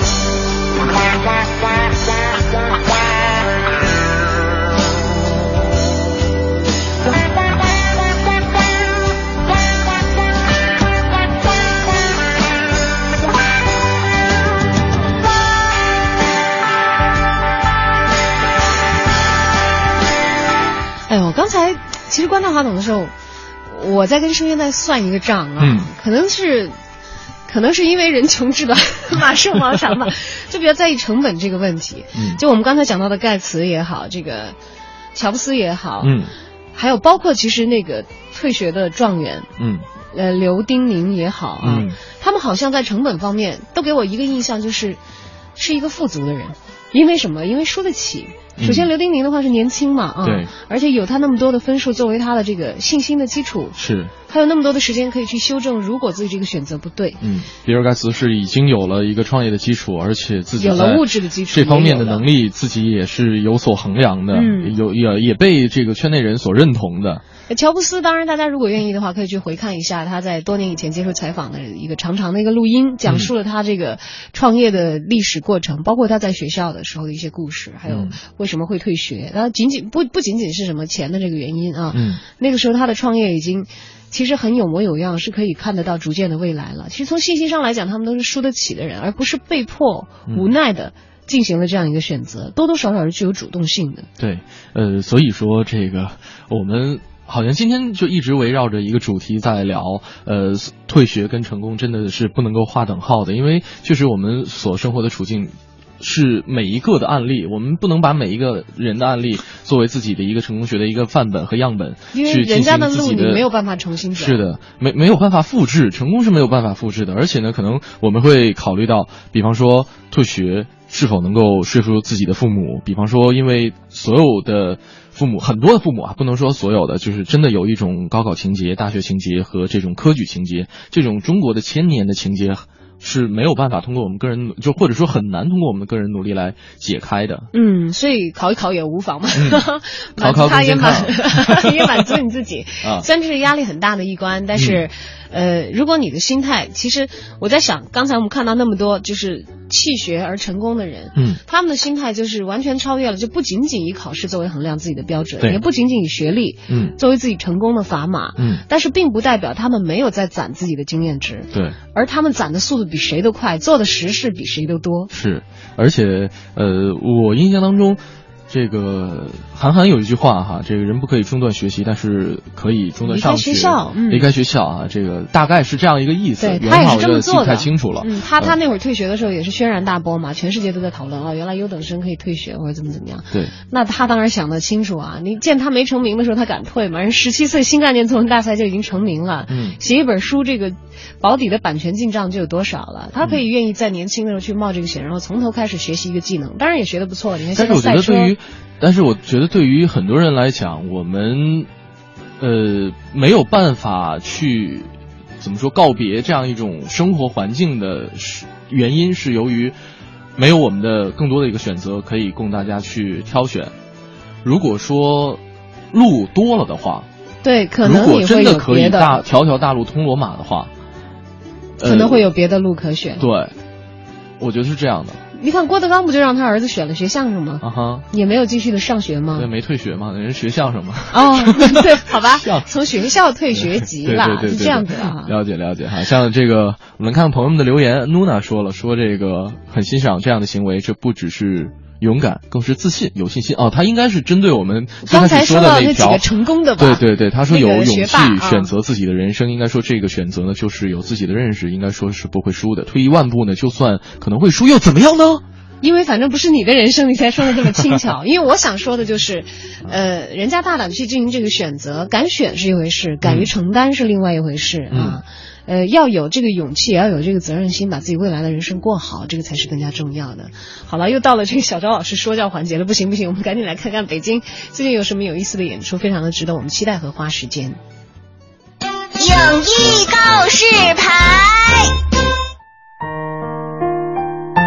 哎呦，刚才其实关掉话筒的时候，我在跟声乐在算一个账啊， 嗯， 可能是，可能是因为人穷志短，马胜王长吧，就比较在意成本这个问题。 嗯， 就我们刚才讲到的盖茨也好，这个乔布斯也好， 嗯， 还有包括其实那个退学的状元， 嗯， 呃，刘丁宁也好啊， 嗯， 他们好像在成本方面都给我一个印象，就是是一个富足的人。因为什么？因为输得起。首先，刘丁宁的话是年轻嘛，啊， 对， 而且有他那么多的分数作为他的这个信心的基础， 是， 还有那么多的时间可以去修正，如果自己这个选择不对。 嗯，比尔盖茨是已经有了一个创业的基础，而且自己有了物质的基础， 这方面的能力自己也是有所衡量的， 嗯， 有也也被这个圈内人所认同的。 乔布斯，当然大家如果愿意的话，可以去回看一下他在多年以前接受采访的一个长长的一个录音，讲述了他这个创业的历史过程，包括他在学校的时候的一些故事，还有为什么会退学。然后仅仅不不仅仅是什么钱的这个原因啊， 嗯， 那个时候他的创业已经其实很有模有样，是可以看得到逐渐的未来了。其实从信息上来讲，他们都是输得起的人，而不是被迫无奈的进行了这样一个选择，多多少少是具有主动性的。 对，呃，所以说这个我们好像今天就一直围绕着一个主题在聊，呃，退学跟成功真的是不能够划等号的，因为确实我们所生活的处境是每一个的案例，我们不能把每一个人的案例作为自己的一个成功学的一个范本和样本， 因为人家的路你没有办法重新走。 是的，没没有办法复制，成功是没有办法复制的，而且呢，可能我们会考虑到，比方说退学是否能够说服自己的父母，比方说因为所有的父母，很多的父母啊，不能说所有的，就是真的有一种高考情节、大学情节和这种科举情节，这种中国的千年的情节是没有办法通过我们个人，就或者说很难通过我们的个人努力来解开的。 嗯，所以考一考也无妨嘛， 嗯、 满考考他也满也满足你自己。 啊， 虽然这是压力很大的一关，但是、嗯、呃，如果你的心态，其实我在想，刚才我们看到那么多就是弃学而成功的人， 嗯， 他们的心态就是完全超越了，就不仅仅以考试作为衡量自己的标准，也不仅仅以学历， 嗯， 作为自己成功的砝码， 嗯， 但是并不代表他们没有在攒自己的经验值， 对， 而他们攒的速度比谁都快，做的实事比谁都多， 是，而且呃，我印象当中。这个韩寒有一句话哈，这个人不可以中断学习，但是可以中断上学。 离开学校，嗯， 离开学校啊，这个大概是这样一个意思。 对，他也是这么做的。 不太清楚了。 嗯，他他那会儿退学的时候也是轩然大波嘛，全世界都在讨论啊，原来优等生可以退学或者怎么怎么样。 对。 那他当然想得清楚啊，你见他没成名的时候，他敢退吗？人十七岁新概念作文大赛就已经成名了， 嗯， 写一本书，这个保底的版权进账就有多少了？他可以愿意在年轻的时候去冒这个险，然后从头开始学习一个技能，当然也学得不错。你看现在赛车。 但是我觉得对于。但是我觉得对于很多人来讲，我们呃没有办法去怎么说告别这样一种生活环境的原因，是由于没有我们的更多的一个选择可以供大家去挑选。如果说路多了的话， 对，可能如果真的可以大条条大路通罗马的话， 可能会有别的路可选。 呃、对，我觉得是这样的。 你看郭德纲不就让他儿子选了学相声吗？ 啊哈， 也没有继续的上学吗？ 对，没退学嘛，人学相声嘛。 哦，对，好吧，从学校退学籍了， 对对对对对是这样子啊。 了解了解哈，像这个我们看朋友们的留言 ，Nuna 说了，说这个很欣赏这样的行为，这不只是勇敢，更是自信、有信心。哦，他应该是针对我们刚才说的那条几个成功的吧？ 对对对，他说有勇气选择啊、 自己的人生，应该说这个选择呢，就是有自己的认识，应该说是不会输的。退一万步呢，就算可能会输，又怎么样呢？ 因为反正不是你的人生，你才说的这么轻巧。因为我想说的就是，呃，人家大胆去进行这个选择，敢选是一回事，敢于承担是另外一回事、 嗯、 啊。呃，要有这个勇气，也要有这个责任心，把自己未来的人生过好，这个才是更加重要的。好了，又到了这个小赵老师说教环节了，不行不行，我们赶紧来看看北京最近有什么有意思的演出，非常的值得我们期待和花时间。 影艺告示牌。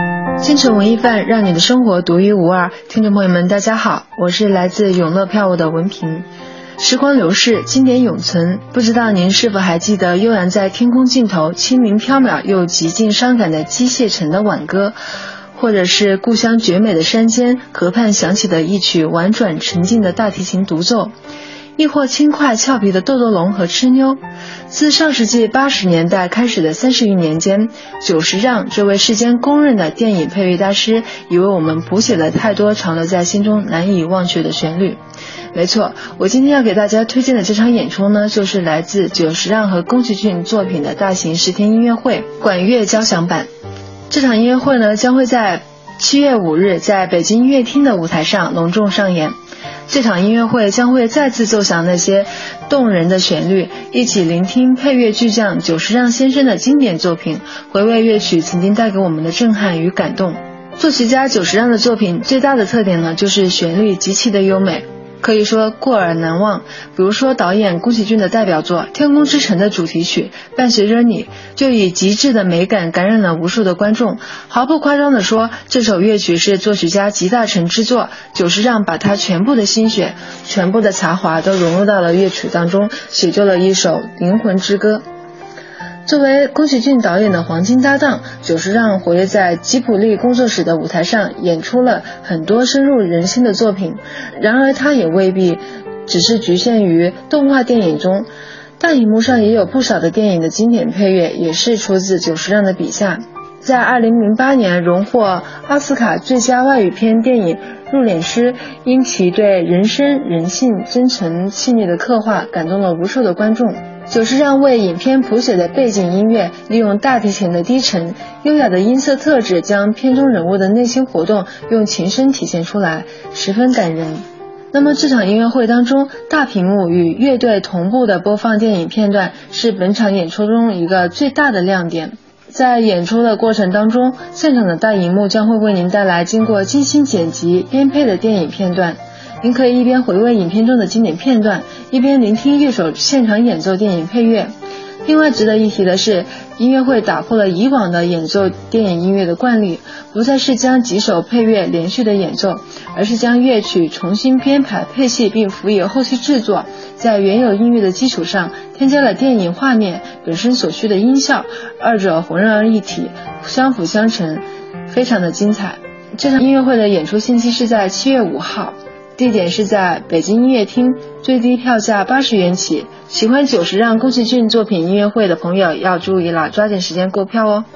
京城文艺范，让你的生活独一无二。听众朋友们大家好，我是来自永乐票务的文平。时光流逝，经典永存，不知道您是否还记得悠扬在天空尽头，轻灵飘渺又极尽伤感的机械城的挽歌，或者是故乡绝美的山间河畔响起的一曲婉转沉静的大提琴独奏，亦或轻快俏皮的豆豆龙和痴妞。自上世纪八十年代开始的三十余年间，久石让这位世间公认的电影配乐大师，已为我们谱写了太多长留在心中难以忘却的旋律。没错，我今天要给大家推荐的这场演出呢，就是来自久石让和宫崎骏作品的大型十天音乐会管乐交响版。这场音乐会呢，将会在七月五日在北京音乐厅的舞台上隆重上演。这场音乐会将会再次奏响那些动人的旋律，一起聆听配乐巨匠久石让先生的经典作品，回味乐曲曾经带给我们的震撼与感动。作曲家久石让的作品最大的特点呢，就是旋律极其的优美，可以说过耳难忘。比如说导演宫崎骏的代表作《天空之城》的主题曲《伴随着你》，就以极致的美感感染了无数的观众。毫不夸张地说，这首乐曲是作曲家集大成之作，久石让把他全部的心血、全部的才华都融入到了乐曲当中，写就了一首灵魂之歌。作为宫崎骏导演的黄金搭档，久石让活跃在吉卜力工作室的舞台上，演出了很多深入人心的作品。然而他也未必只是局限于动画电影中，大荧幕上也有不少的电影的经典配乐也是出自久石让的笔下。在二零零八年荣获奥斯卡最佳外语片电影《入殓师》，因其对人生、人性真诚细腻的刻画，感动了无数的观众。久石让为影片谱写的背景音乐，利用大提琴的低沉优雅的音色特质，将片中人物的内心活动用琴声体现出来，十分感人。那么这场音乐会当中，大屏幕与乐队同步的播放电影片段，是本场演出中一个最大的亮点。在演出的过程当中，现场的大荧幕将会为您带来经过精心剪辑编配的电影片段，您可以一边回味影片中的经典片段，一边聆听乐手现场演奏电影配乐。另外值得一提的是，音乐会打破了以往的演奏电影音乐的惯例，不再是将几首配乐连续的演奏，而是将乐曲重新编排配器并辅以后期制作，在原有音乐的基础上添加了电影画面本身所需的音效，二者浑然而一体，相辅相成，非常的精彩。这场音乐会的演出星期是在七月五号，地点是在北京音乐厅，最低票价八十元起。喜欢久石让宫崎骏作品音乐会的朋友要注意了，抓紧时间购票哦。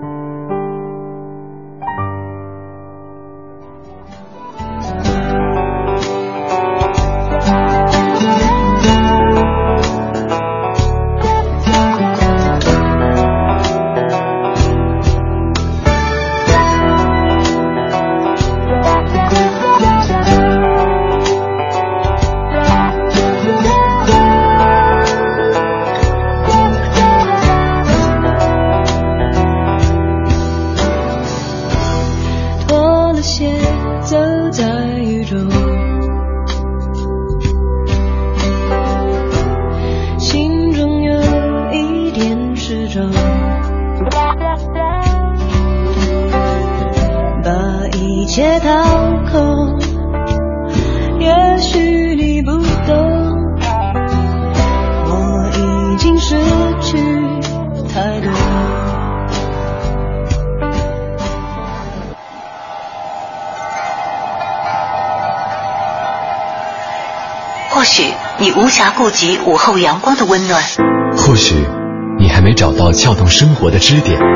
或许你无暇顾及午后阳光的温暖， 或许你还没找到撬动生活的支点。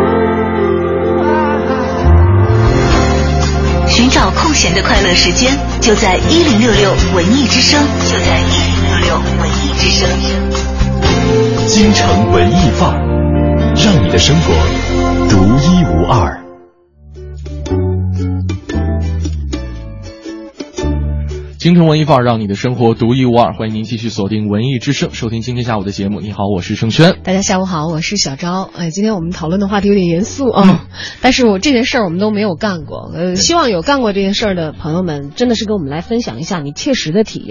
寻找空闲的快乐时间，就在一零六六文艺之声，就在一零六六文艺之声。 京城文艺范儿，让你的生活独一无二。 京城文艺范儿，让你的生活独一无二。欢迎您继续锁定文艺之声，收听今天下午的节目。你好，我是盛轩。 大家下午好，我是小昭。哎，今天我们讨论的话题有点严肃啊、嗯，但是我这件事儿我们都没有干过。呃，希望有干过这件事儿的朋友们，真的是跟我们来分享一下你切实的体验。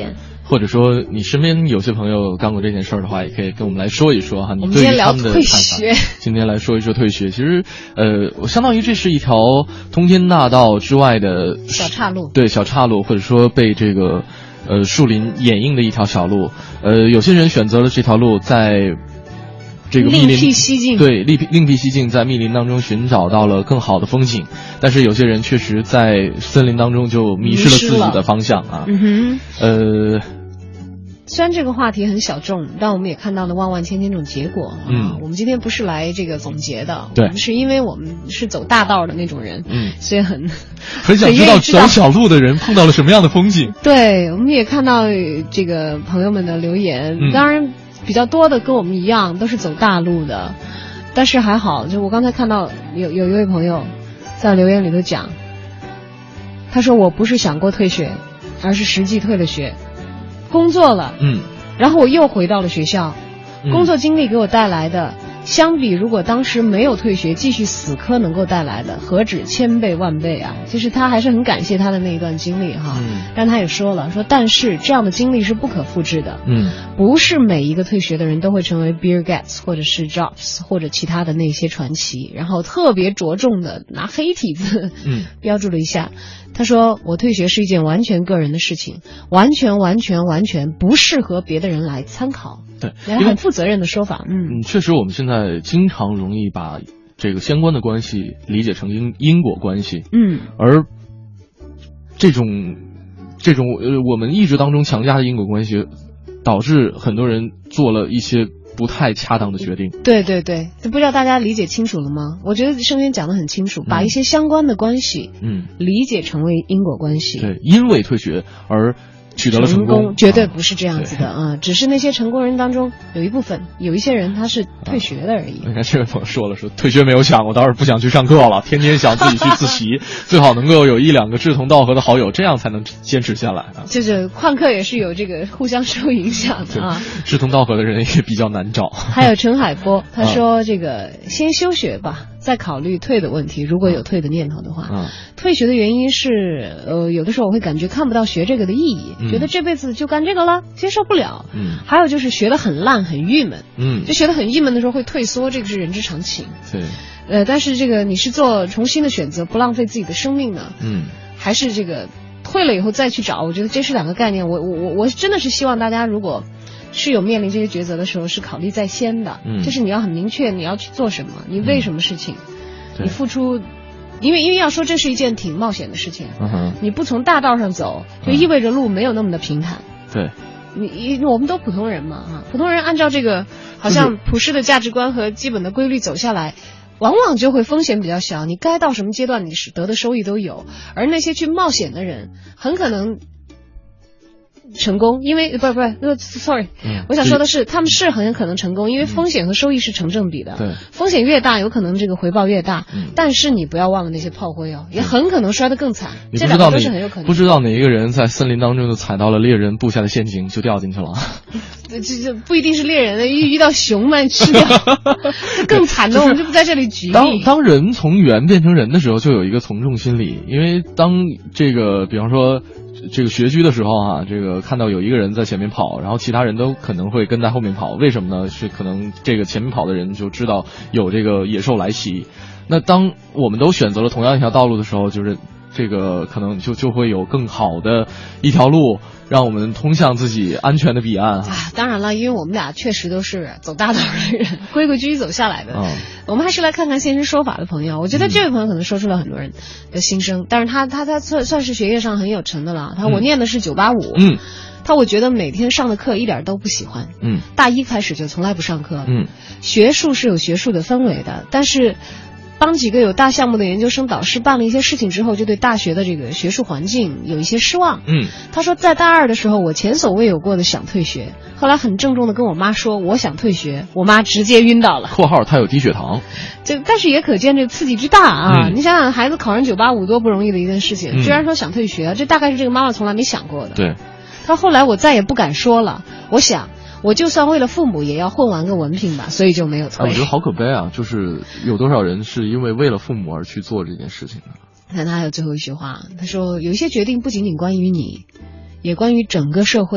或者说你身边有些朋友干过这件事儿的话，也可以跟我们来说一说哈，你我们对于他们的看今天聊退学法。今天来说一说退学，其实呃，我相当于这是一条通天大道之外的小岔路， 对小岔路，或者说被这个呃树林掩映的一条小路。呃，有些人选择了这条路，在这个密林另辟蹊径， 对，另辟另辟蹊径，在密林当中寻找到了更好的风景，但是有些人确实在森林当中就迷失了自己的方向啊。 嗯哼， 呃， 虽然这个话题很小众，但我们也看到了万万千千种结果。 嗯啊，我们今天不是来这个总结的， 对我们是因为我们是走大道的那种人， 嗯， 所以很很想知道走小路的人碰到了什么样的风景。 对，我们也看到这个朋友们的留言， 嗯、 当然比较多的跟我们一样都是走大路的，但是还好，就我刚才看到有有一位朋友在留言里头讲，他说我不是想过退学，而是实际退了学，工作了， 嗯， 然后我又回到了学校， 嗯、 工作经历给我带来的。相比如果当时没有退学继续死磕能够带来的，何止千倍万倍啊。其实他还是很感谢他的那一段经历哈， 嗯， 但他也说了说但是这样的经历是不可复制的， 嗯， 不是每一个退学的人都会成为 Bill Gates 或者是 Jobs 或者其他的那些传奇，然后特别着重的拿黑体字嗯标注了一下，他说我退学是一件完全个人的事情，完全完全完全不适合别的人来参考。 对， 也很负责任的说法。嗯， 嗯，确实我们现在经常容易把这个相关的关系理解成因因果关系。 嗯， 而这种这种呃我们意识当中强加的因果关系，导致很多人做了一些不太恰当的决定。 对对对，不知道大家理解清楚了吗？我觉得圣经讲得很清楚，嗯、把一些相关的关系， 嗯， 理解成为因果关系。 对，因为退学而取得了成功， 功绝对不是这样子的啊！只是那些成功人当中有一部分，有一些人他是退学的而已。 你看这位朋友说了，说退学没有想过，倒是不想去上课了，天天想自己去自习，最好能够有一两个志同道合的好友，这样才能坚持下来啊。 就是旷课也是有这个互相受影响的啊。 志同道合的人也比较难找。 还有陈海波，他说这个先休学吧。再考虑退的问题，如果有退的念头的话， 嗯， 退学的原因是，呃，有的时候我会感觉看不到学这个的意义， 嗯、 觉得这辈子就干这个了，接受不了。 嗯， 还有就是学得很烂，很郁闷。 嗯， 就学得很郁闷的时候会退缩，这个是人之常情。 对， 呃，但是这个你是做重新的选择，不浪费自己的生命呢？ 嗯， 还是这个退了以后再去找？我觉得这是两个概念。我我我我真的是希望大家如果是有面临这些抉择的时候，是考虑在先的。 嗯， 就是你要很明确你要去做什么，你为什么事情。 嗯你付出，因为因为要说这是一件挺冒险的事情， 嗯、 你不从大道上走，就意味着路没有那么的平坦。 对， 你我们都普通人嘛啊，普通人按照这个好像普世的价值观和基本的规律走下来，往往就会风险比较小，你该到什么阶段你是得的收益都有，而那些去冒险的人，很可能成功，因为不不不 ，sorry，、 嗯、 我想说的是，他们是很有可能成功，因为风险和收益是成正比的。 对， 风险越大，有可能这个回报越大。 嗯， 但是你不要忘了那些炮灰哦，也很可能摔得更惨。 你不知道这两个都是很有可能。 不知道哪一个人在森林当中就踩到了猎人布下的陷阱，就掉进去了。 这这不一定是猎人的，遇遇到熊嘛吃掉，更惨的、就是、我们就不在这里举例。 当当人从猿变成人的时候，就有一个从众心理，因为当这个比方说。这个学居的时候啊，这个看到有一个人在前面跑，然后其他人都可能会跟在后面跑，为什么呢？是可能这个前面跑的人就知道有这个野兽来袭。那当我们都选择了同样一条道路的时候，就是这个可能就就会有更好的一条路，让我们通向自己安全的彼岸啊。 当然了，因为我们俩确实都是走大道的人，规规矩矩走下来的。 嗯， 我们还是来看看现身说法的朋友。我觉得这位朋友可能说出了很多人的心声，嗯、但是他他他算算是学业上很有成的了。他、嗯、我念的是九八五， 嗯， 他我觉得每天上的课一点都不喜欢， 嗯， 大一开始就从来不上课， 嗯， 学术是有学术的氛围的，但是。帮几个有大项目的研究生导师办了一些事情之后，就对大学的这个学术环境有一些失望。 嗯， 他说在大二的时候，我前所未有过的想退学，后来很郑重的跟我妈说我想退学，我妈直接晕倒了。 括号他有低血糖。 这但是也可见这个刺激之大啊！ 嗯、 你想想，孩子考上九八五多不容易的一件事情， 嗯、 居然说想退学，这大概是这个妈妈从来没想过的。 对， 他后来我再也不敢说了，我想。我就算为了父母也要混完个文凭吧，所以就没有退。 啊、我觉得好可悲啊！就是有多少人是因为为了父母而去做这件事情呢？ 看他还有最后一句话，他说有一些决定不仅仅关于你，也关于整个社会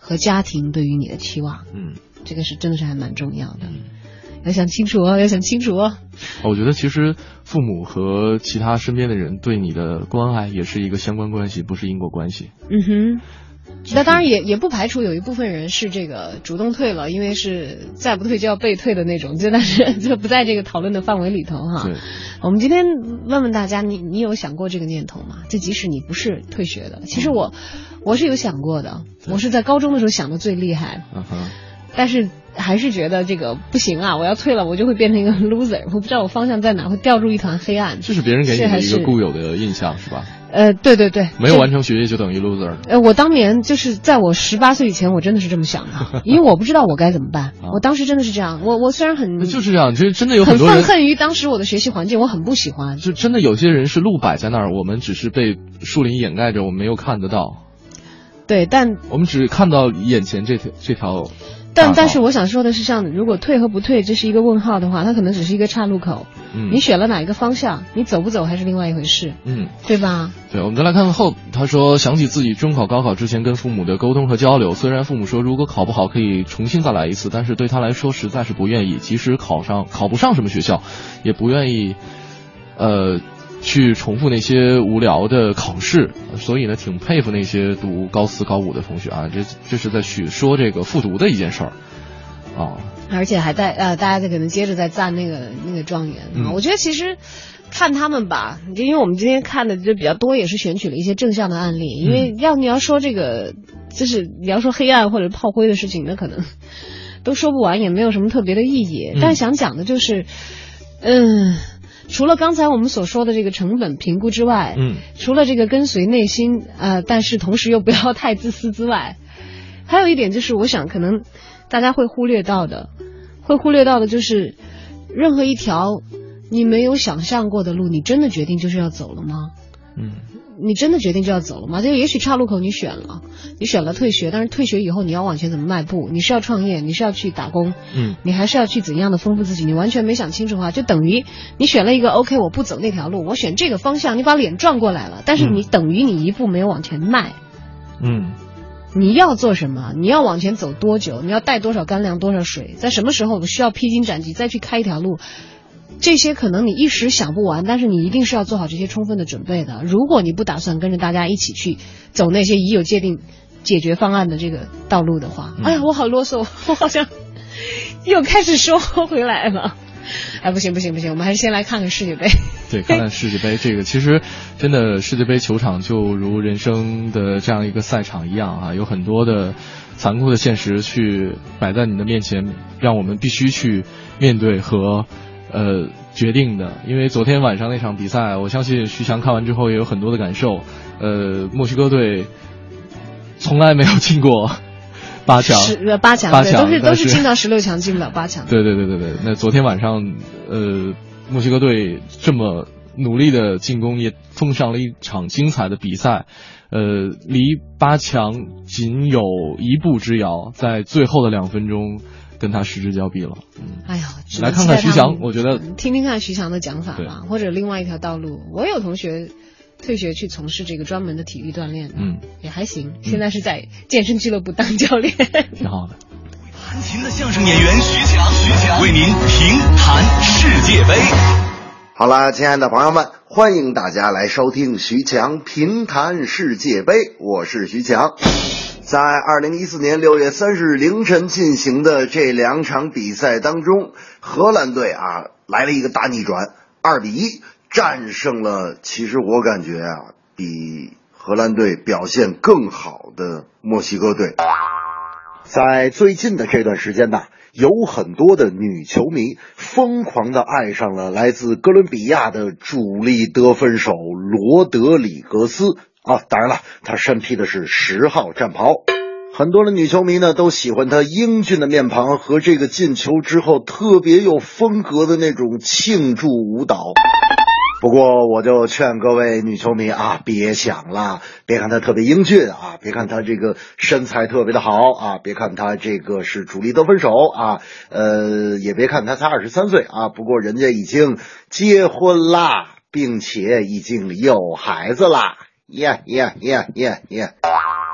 和家庭对于你的期望。 嗯， 这个是真的是还蛮重要的。嗯，要想清楚哦，要想清楚哦。 我觉得其实父母和其他身边的人对你的关爱也是一个相关关系，不是因果关系。 嗯哼。那当然也也不排除有一部分人是这个主动退了，因为是再不退就要被退的那种，就但是就不在这个讨论的范围里头哈。 对， 我们今天问问大家，你你有想过这个念头吗？就即使你不是退学的，其实我我是有想过的，我是在高中的时候想的最厉害。 嗯哼。 但是还是觉得这个不行啊！我要退了，我就会变成一个 loser， 我不知道我方向在哪，会掉入一团黑暗。 这是别人给你的一个固有的印象，是吧？ 呃，对对对， 没有完成学业就等于 loser。 呃，我当年就是在我十八岁以前，我真的是这么想的，因为我不知道我该怎么办。啊、我当时真的是这样，我我虽然很就是这样，这真的有很多人很愤恨于当时我的学习环境，我很不喜欢。 就真的有些人是路摆在那儿，我们只是被树林掩盖着，我们没有看得到。 对，但我们只看到眼前这条这条。 但但是我想说的是，像如果退和不退这是一个问号的话，它可能只是一个岔路口。 嗯， 你选了哪一个方向，你走不走还是另外一回事。 嗯， 对吧？ 对，我们再来看看后，他说想起自己中考、高考之前跟父母的沟通和交流，虽然父母说如果考不好可以重新再来一次，但是对他来说实在是不愿意，即使考上考不上什么学校，也不愿意，呃。去重复那些无聊的考试，所以呢，挺佩服那些读高四、高五的同学啊。这这是在去说这个复读的一件事儿啊， 而且还带呃，大家在可能接着在赞那个那个状元啊。 嗯、 我觉得其实看他们吧，因为我们今天看的就比较多，也是选取了一些正向的案例。因为要你要说这个，就是你要说黑暗或者炮灰的事情，那可能都说不完，也没有什么特别的意义。 嗯、 但想讲的就是，嗯。除了刚才我们所说的这个成本评估之外， 嗯， 除了这个跟随内心，呃，但是同时又不要太自私之外，还有一点就是，我想可能大家会忽略到的，会忽略到的就是，任何一条你没有想象过的路，你真的决定就是要走了吗？ 嗯。 你真的决定就要走了吗？就也许岔路口你选了，你选了退学，但是退学以后你要往前怎么迈步？你是要创业，你是要去打工， 嗯， 你还是要去怎样的丰富自己？你完全没想清楚的话，就等于你选了一个 OK， 我不走那条路，我选这个方向，你把脸转过来了，但是你等于你一步没有往前迈， 嗯， 你要做什么？你要往前走多久？你要带多少干粮、多少水？在什么时候需要披荆斩棘再去开一条路？这些可能你一时想不完，但是你一定是要做好这些充分的准备的。如果你不打算跟着大家一起去走那些已有界定解决方案的这个道路的话，嗯、哎呀，我好啰嗦，我好像又开始说回来了。哎，不行不行不行，我们还是先来看看世界杯。 对，看看世界杯这个，其实真的世界杯球场就如人生的这样一个赛场一样啊，有很多的残酷的现实去摆在你的面前，让我们必须去面对和。呃，决定的，因为昨天晚上那场比赛，我相信徐强看完之后也有很多的感受。呃，墨西哥队从来没有进过八强， 十八强， 八强都是都是进到十六强，进不了八强。 对对对对对，那昨天晚上，呃，墨西哥队这么努力的进攻，也奉上了一场精彩的比赛。呃，离八强仅有一步之遥，在最后的两分钟。跟他失之交臂了。嗯， 哎呀， 来看看徐强，我觉得听听看徐强的讲法吧，或者另外一条道路。我有同学退学去从事这个专门的体育锻炼， 嗯， 也还行。现在是在健身俱乐部当教练， 挺好的。 弹琴的相声演员徐强，徐强为您评弹世界杯。 好了，亲爱的朋友们，欢迎大家来收听徐强评弹世界杯，我是徐强。在二零一四年六月三十日凌晨进行的这两场比赛当中，荷兰队啊来了一个大逆转，二比一战胜了其实我感觉啊比荷兰队表现更好的墨西哥队。在最近的这段时间呢，有很多的女球迷疯狂地爱上了来自哥伦比亚的主力得分手罗德里格斯啊，当然了，他身披的是十号战袍。很多的女球迷呢都喜欢他英俊的面庞和这个进球之后特别有风格的那种庆祝舞蹈。不过我就劝各位女球迷啊，别想了，别看他特别英俊啊，别看他这个身材特别的好啊，别看他这个是主力得分手啊，呃，也别看他才二十三岁啊，不过人家已经结婚啦，并且已经有孩子啦。耶耶耶耶耶！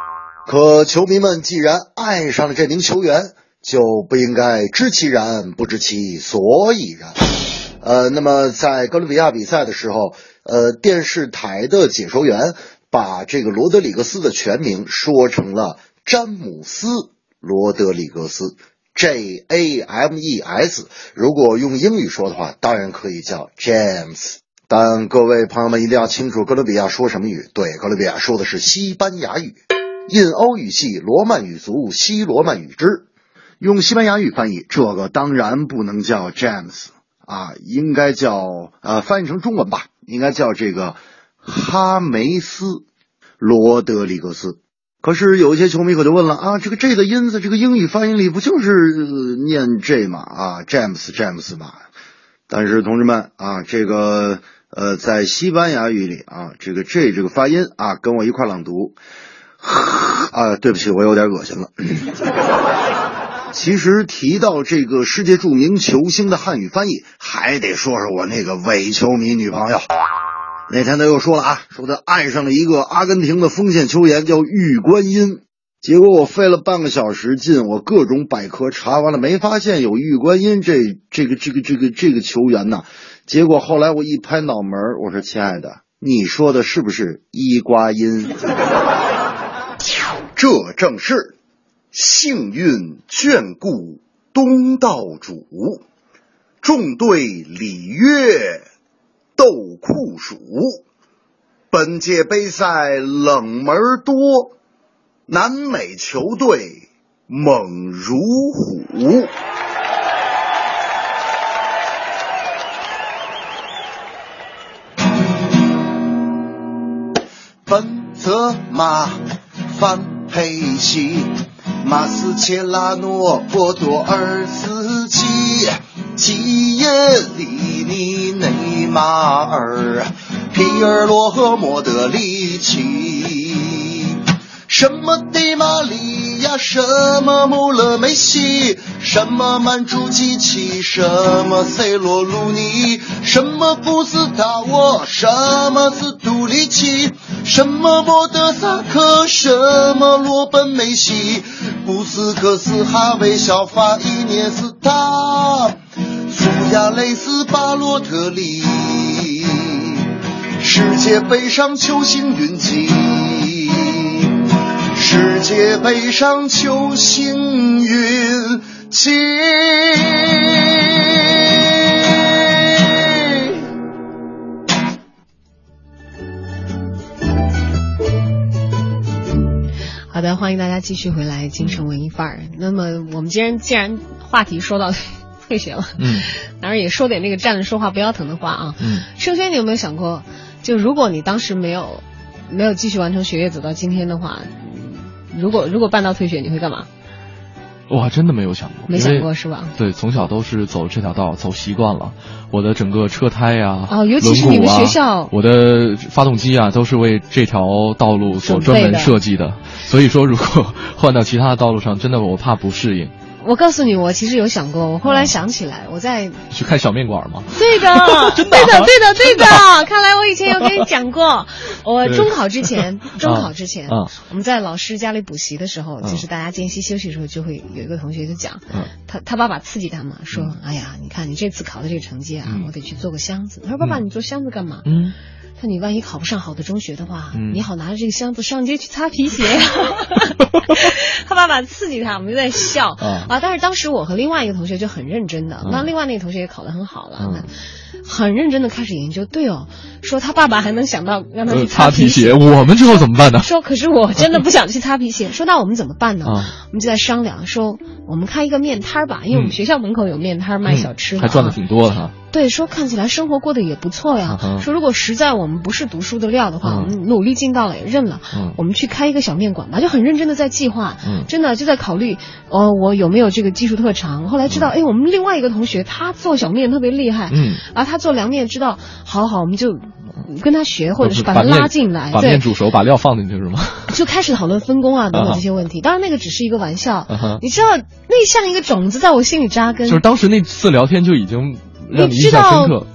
可球迷们既然爱上了这名球员，就不应该知其然不知其所以然。呃，那么在哥伦比亚比赛的时候，呃，电视台的解说员把这个罗德里格斯的全名说成了詹姆斯·罗德里格斯 J A M E S， 如果用英语说的话，当然可以叫 James。但各位朋友们一定要清楚，哥伦比亚说什么语？对，哥伦比亚说的是西班牙语，印欧语系，罗曼语族，西罗曼语支。用西班牙语翻译，这个当然不能叫 James 啊，应该叫呃，翻译成中文吧，应该叫这个哈梅斯·罗德里格斯。可是有一些球迷可就问了啊，这个 J 的音在这个英语发音里不就是、呃、念 J 嘛？啊 ，James James 嘛？但是同志们啊，这个呃，在西班牙语里啊，这个 J 这个发音啊，跟我一块朗读。啊，对不起，我有点恶心了。其实提到这个世界著名球星的汉语翻译，还得说说我那个伪球迷女朋友。那天他又说了啊，说他爱上了一个阿根廷的锋线球员叫玉观音。结果我费了半个小时进我各种百科查完了，没发现有玉观音这这个这个这个这个球员呢。结果后来我一拍脑门，我说亲爱的，你说的是不是伊瓜因？这正是幸运眷顾东道主，众队里约斗酷暑，本届杯赛冷门多，南美球队猛如虎。本泽马、范佩西、马斯切拉诺、波多尔斯基、基耶里尼、内马尔、皮尔洛和莫德里奇，什么迪玛利亚，什么穆勒梅西，什么曼朱基奇，什么 C 罗鲁尼，什么布斯塔沃，什么斯图里奇，什么莫德萨克，什么罗本梅西，布斯克斯、哈维、小法、伊涅斯塔、苏亚雷斯、巴洛特利，世界杯上球星云集，世界杯上球星云集。 好的，欢迎大家继续回来京城文艺范儿。那么我们既然既然话题说到退学了，嗯，当然也说点那个站着说话不腰疼的话啊。嗯，盛轩，你有没有想过，就如果你当时没有没有继续完成学业走到今天的话，如果如果办到退学，你会干嘛？ 我还真的没有想过， 没想过是吧？ 对，从小都是走这条道，走习惯了。我的整个车胎呀、 啊，哦，尤其是你们学校， 我的发动机啊，都是为这条道路所专门设计的。所以说，如果换到其他的道路上，真的我怕不适应。 我告诉你，我其实有想过，我后来想起来，我在去开小面馆吗？ 对的， 真的， 对的，对的，对的。看来我以前有跟你讲过，我中考之前，中考之前，啊、我们在老师家里补习的时候，啊、就是大家间隙休息的时候，就会有一个同学就讲，啊、他他爸爸刺激他嘛，说，嗯、哎呀，你看你这次考的这个成绩啊，嗯、我得去做个箱子。他说，爸爸，你做箱子干嘛？嗯。他说你万一考不上好的中学的话，嗯、你好拿着这个箱子上街去擦皮鞋。他爸爸刺激他，我们就在笑啊, 啊。但是当时我和另外一个同学就很认真的，嗯、那另外那个同学也考得很好了，嗯、很认真的开始研究。对哦，说他爸爸还能想到让他去擦皮鞋，我们之后怎么办呢？ 说可是我真的不想去擦皮鞋。说那我们怎么办呢？嗯、我们就在商量，说我们开一个面摊吧，因为我们学校门口有面摊卖小吃的， 嗯，还赚的挺多的哈。 对，说看起来生活过得也不错呀。Uh-huh. 说如果实在我们不是读书的料的话， uh-huh. 我们努力尽到了也认了。Uh-huh. 我们去开一个小面馆吧，就很认真的在计划， uh-huh. 真的就在考虑，哦，我有没有这个技术特长。后来知道，哎， uh-huh. 我们另外一个同学他做小面特别厉害，嗯，啊，他做凉面知道，好好，我们就跟他学，或者是把他拉进来， 把面煮熟，把料放进去是吗？ 就开始讨论分工啊等等这些问题。Uh-huh. 当然那个只是一个玩笑， uh-huh. 你知道那像一个种子在我心里扎根。 就是当时那次聊天就已经让你印象深刻。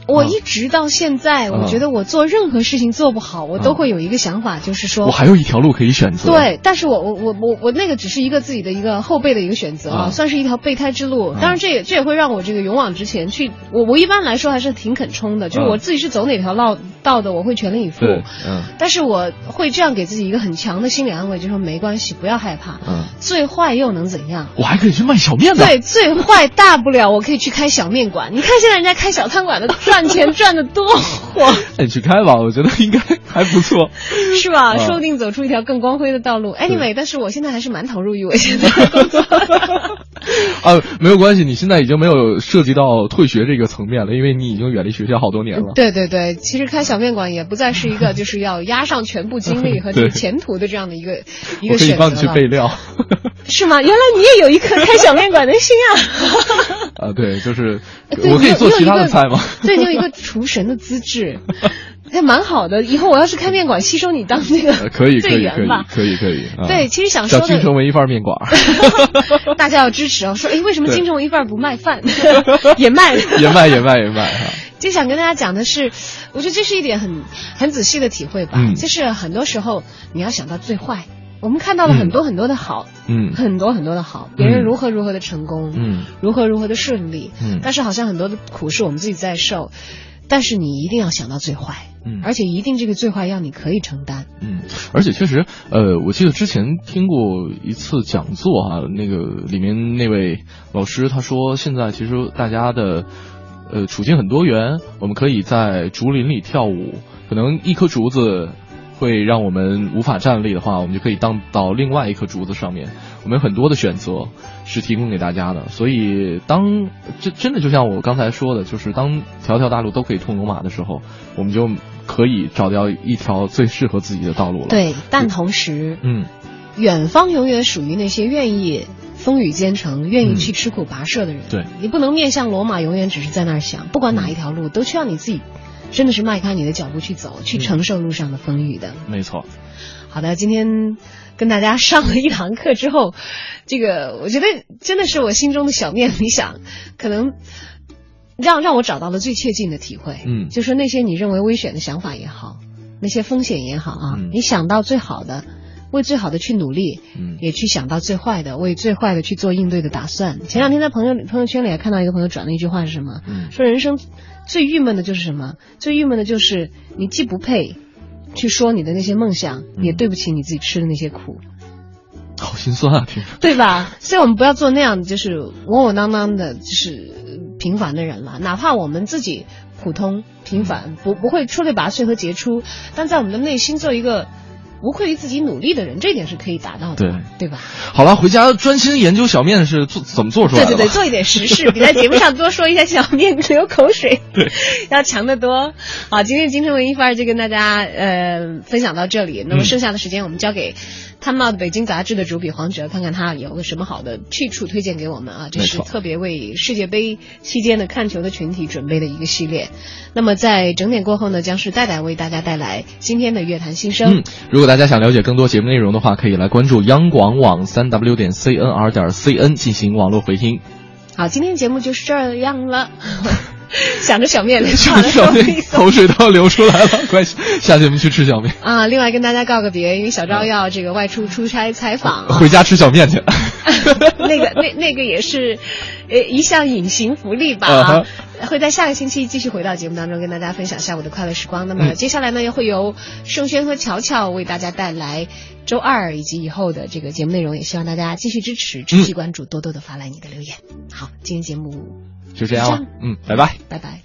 我一直到现在， 嗯、 我觉得我做任何事情做不好，我都会有一个想法，就是说我还有一条路可以选择。 对，但是我我我我我那个只是一个自己的一个后备的一个选择啊， 嗯、 算是一条备胎之路。当然，这也这也会让我这个勇往直前去。我我一般来说还是挺肯冲的，就是我自己是走哪条道道的，我会全力以赴。 嗯。 但是我会这样给自己一个很强的心理安慰，就说没关系，不要害怕。 嗯。 最坏又能怎样？ 我还可以去卖小面的。 对，最坏大不了我可以去开小面馆。你看现在人家开小餐馆的赚钱赚的多火。 你去开吧，我觉得应该还不错， 是吧？ 嗯、 说不定走出一条更光辉的道路。Anyway，但是我现在还是蛮投入于我现在的工作。 啊，没有关系，你现在已经没有涉及到退学这个层面了，因为你已经远离学校好多年了。 对对对，其实开小面馆也不再是一个就是要压上全部精力和这个前途的这样的一个一个选择了。 我可以帮你去备料。 是吗？原来你也有一颗开小面馆的心啊！ 啊，对，就是我可以做其他的菜吗？ 对，你有一个厨神的资质。还蛮好的，以后我要是开面馆，吸收你当那个可以队员吧， 可以可以可以。啊、 对，其实想说的， 叫京城文艺范儿面馆， 大家要支持哦。说，哎，为什么京城文艺范儿不卖饭？也卖， 也卖，也卖，也卖。啊、 就想跟大家讲的是，我觉得这是一点很很仔细的体会吧。嗯、就是很多时候你要想到最坏。我们看到了很多很多的好， 嗯， 很多很多的好，别人如何如何的成功， 嗯， 如何如何的顺利， 嗯， 但是好像很多的苦是我们自己在受，但是你一定要想到最坏， 嗯， 而且一定这个最坏要你可以承担， 嗯，而且确实，呃，我记得之前听过一次讲座哈、啊，那个里面那位老师他说，现在其实大家的呃处境很多元，我们可以在竹林里跳舞，可能一棵竹子会让我们无法站立的话，我们就可以荡到另外一棵竹子上面。我们有很多的选择是提供给大家的，所以当这真的就像我刚才说的，就是当条条大路都可以通罗马的时候，我们就可以找到一条最适合自己的道路了。 对，但同时， 嗯， 远方永远属于那些愿意风雨兼程、愿意去吃苦跋涉的人。 嗯、对， 你不能面向罗马，永远只是在那儿想，不管哪一条路，都需要你自己。真的是迈开你的脚步去走，去承受路上的风雨的。 嗯、没错。 好的，今天跟大家上了一堂课之后，这个我觉得真的是我心中的小面理想，可能让让我找到了最切近的体会。 嗯， 就说那些你认为危险的想法也好，那些风险也好啊， 嗯、 你想到最好的，为最好的去努力， 嗯， 也去想到最坏的，为最坏的去做应对的打算。前两天在朋友朋友圈里还看到一个朋友转了一句话是什么？ 嗯， 说人生最郁闷的就是什么？最郁闷的就是你既不配去说你的那些梦想， 嗯、 也对不起你自己吃的那些苦。 好心酸啊，听着。 对吧？所以我们不要做那样就是稳稳当当的，就是平凡的人了。哪怕我们自己普通平凡，不不会出类拔萃和杰出，但在我们的内心做一个无愧于自己努力的人，这点是可以达到的， 对对吧？ 好了，回家专心研究小面是做怎么做出来的。 对对对，做一点实事，比在节目上多说一下小面流口水， 对， 要强得多。好，今天京城文艺范儿就跟大家呃分享到这里，那么剩下的时间我们交给Time Out北京杂志的主笔黄哲，看看他有个什么好的去处推荐给我们啊！这是特别为世界杯期间的看球的群体准备的一个系列。那么在整点过后呢，将是戴戴为大家带来今天的乐坛新声。 嗯，如果大家想了解更多节目内容的话，可以来关注央广网三 w 点 c n r 点 c n 进行网络回听。 好，今天节目就是这样了。想着小面， 想着小面，口水都要流出来了，快下节目去吃小面啊！另外跟大家告个别，因为小昭要这个外出出差采访， 回家吃小面去。 那个那那个也是，呃，一项隐形福利吧。Uh-huh. 会在下个星期继续回到节目当中，跟大家分享下午的快乐时光。那么接下来呢，又会由盛轩和乔乔为大家带来周二以及以后的这个节目内容，也希望大家继续支持、持续关注，多多的发来你的留言。好，今天节目就这样了，嗯，拜拜， 拜拜。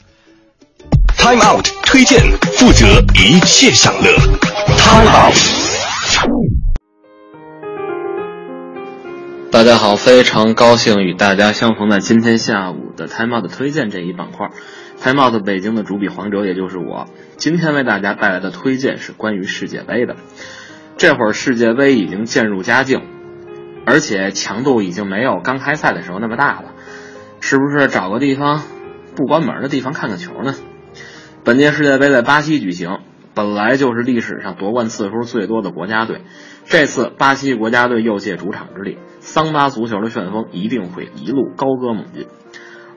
Time Out 推荐，负责一切享乐。Time Out。 大家好，非常高兴与大家相逢在今天下午的 Time Out 推荐这一板块。Time Out 北京的主笔黄哲，也就是我，今天为大家带来的推荐是关于世界杯的。这会儿世界杯已经渐入佳境，而且强度已经没有刚开赛的时候那么大了。是不是找个地方不关门的地方看看球呢？本届世界杯在巴西举行，本来就是历史上夺冠次数最多的国家队，这次巴西国家队又借主场之力，桑巴足球的旋风一定会一路高歌猛进。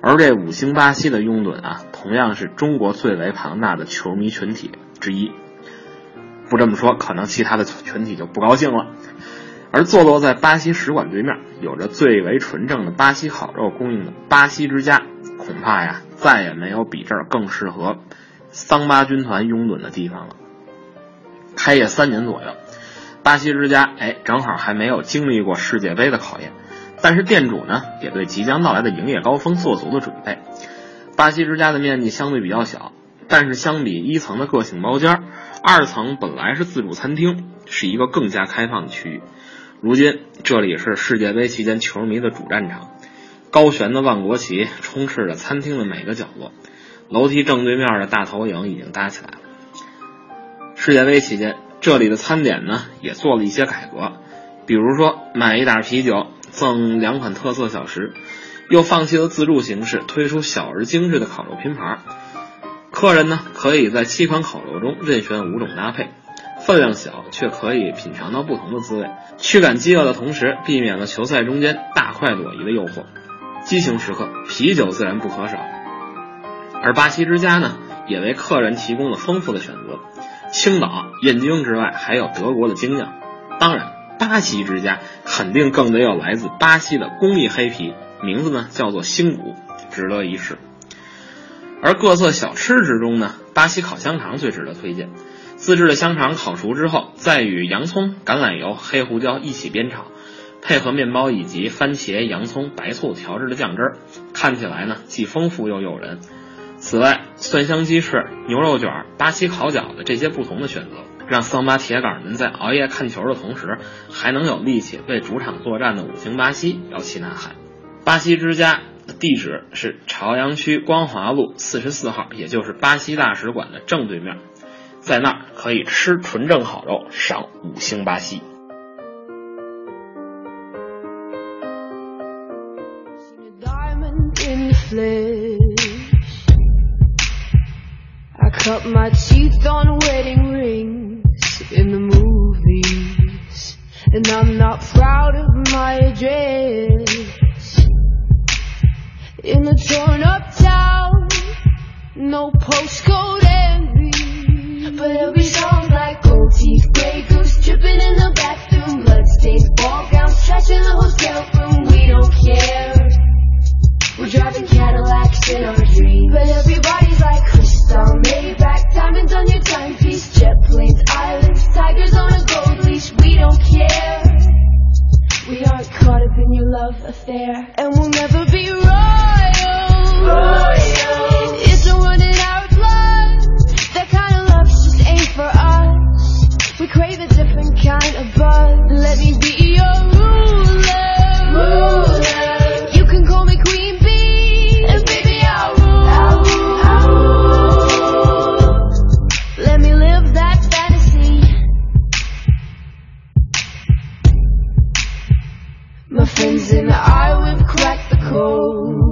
而这五星巴西的拥趸啊，同样是中国最为庞大的球迷群体之一。不这么说，可能其他的群体就不高兴了。而坐落在巴西使馆对面，有着最为纯正的巴西烤肉供应的巴西之家，恐怕呀再也没有比这儿更适合桑巴军团拥趸的地方了。开业三年左右，巴西之家哎正好还没有经历过世界杯的考验，但是店主呢也对即将到来的营业高峰做足了准备。巴西之家的面积相对比较小，但是相比一层的个性包间，二层本来是自助餐厅，是一个更加开放的区域。如今这里是世界杯期间球迷的主战场，高悬的万国旗充斥着餐厅的每个角落，楼梯正对面的大投影已经搭起来了。世界杯期间，这里的餐点呢也做了一些改革，比如说买一打啤酒赠两款特色小食，又放弃了自助形式，推出小而精致的烤肉拼盘。客人呢可以在七款烤肉中任选五种搭配，分量小却可以品尝到不同的滋味，驱赶饥饿的同时避免了球赛中间大快朵颐的诱惑。激情时刻，啤酒自然不可少。而巴西之家呢也为客人提供了丰富的选择，青岛、燕京之外还有德国的精酿，当然巴西之家肯定更得有来自巴西的工艺黑啤，名字呢叫做星谷，值得一试。而各色小吃之中呢，巴西烤香肠最值得推荐。自制的香肠烤熟之后，再与洋葱、橄榄油、黑胡椒一起煸炒，配合面包以及番茄、洋葱、白醋调制的酱汁儿，看起来呢既丰富又诱人。此外，蒜香鸡翅、牛肉卷、巴西烤饺子这些不同的选择，让桑巴铁杆们在熬夜看球的同时，还能有力气为主场作战的五星巴西摇旗呐喊。巴西之家地址是朝阳区光华路四十四号，也就是巴西大使馆的正对面，在那儿可以吃纯正烤肉，赏五星巴西。 I cut my teeth on wedding rings in the movies, and I'm not proud of my address. In a torn up town, no postcode envy, but there'll be songs like gold teeth, grey goose, dripping in the bathroom, bloodstains, ball gowns, trash in the hotel room. We don't care, we're driving Cadillacs in our dreams, but everybody's like crystal, Maybach, diamonds on your timepiece, jet planes, islands, tigers on a gold leash. We don't care, we aren't caught up in your love affair, and we'll never be royal. Royal. It's a running our blood, that kind of love just ain't for us. We crave a different kind of buzz. Let me be your ruler. Ruler. You can call me Queen Bee, and baby I'll rule. I'll rule. I'll rule. Let me live that fantasy. My friends and I, we've cracked the code.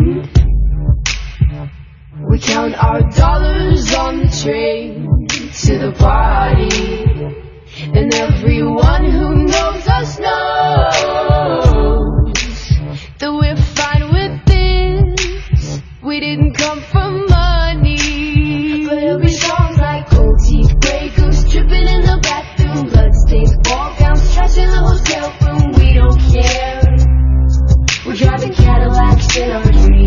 We count our dollars on the train to the party, and everyone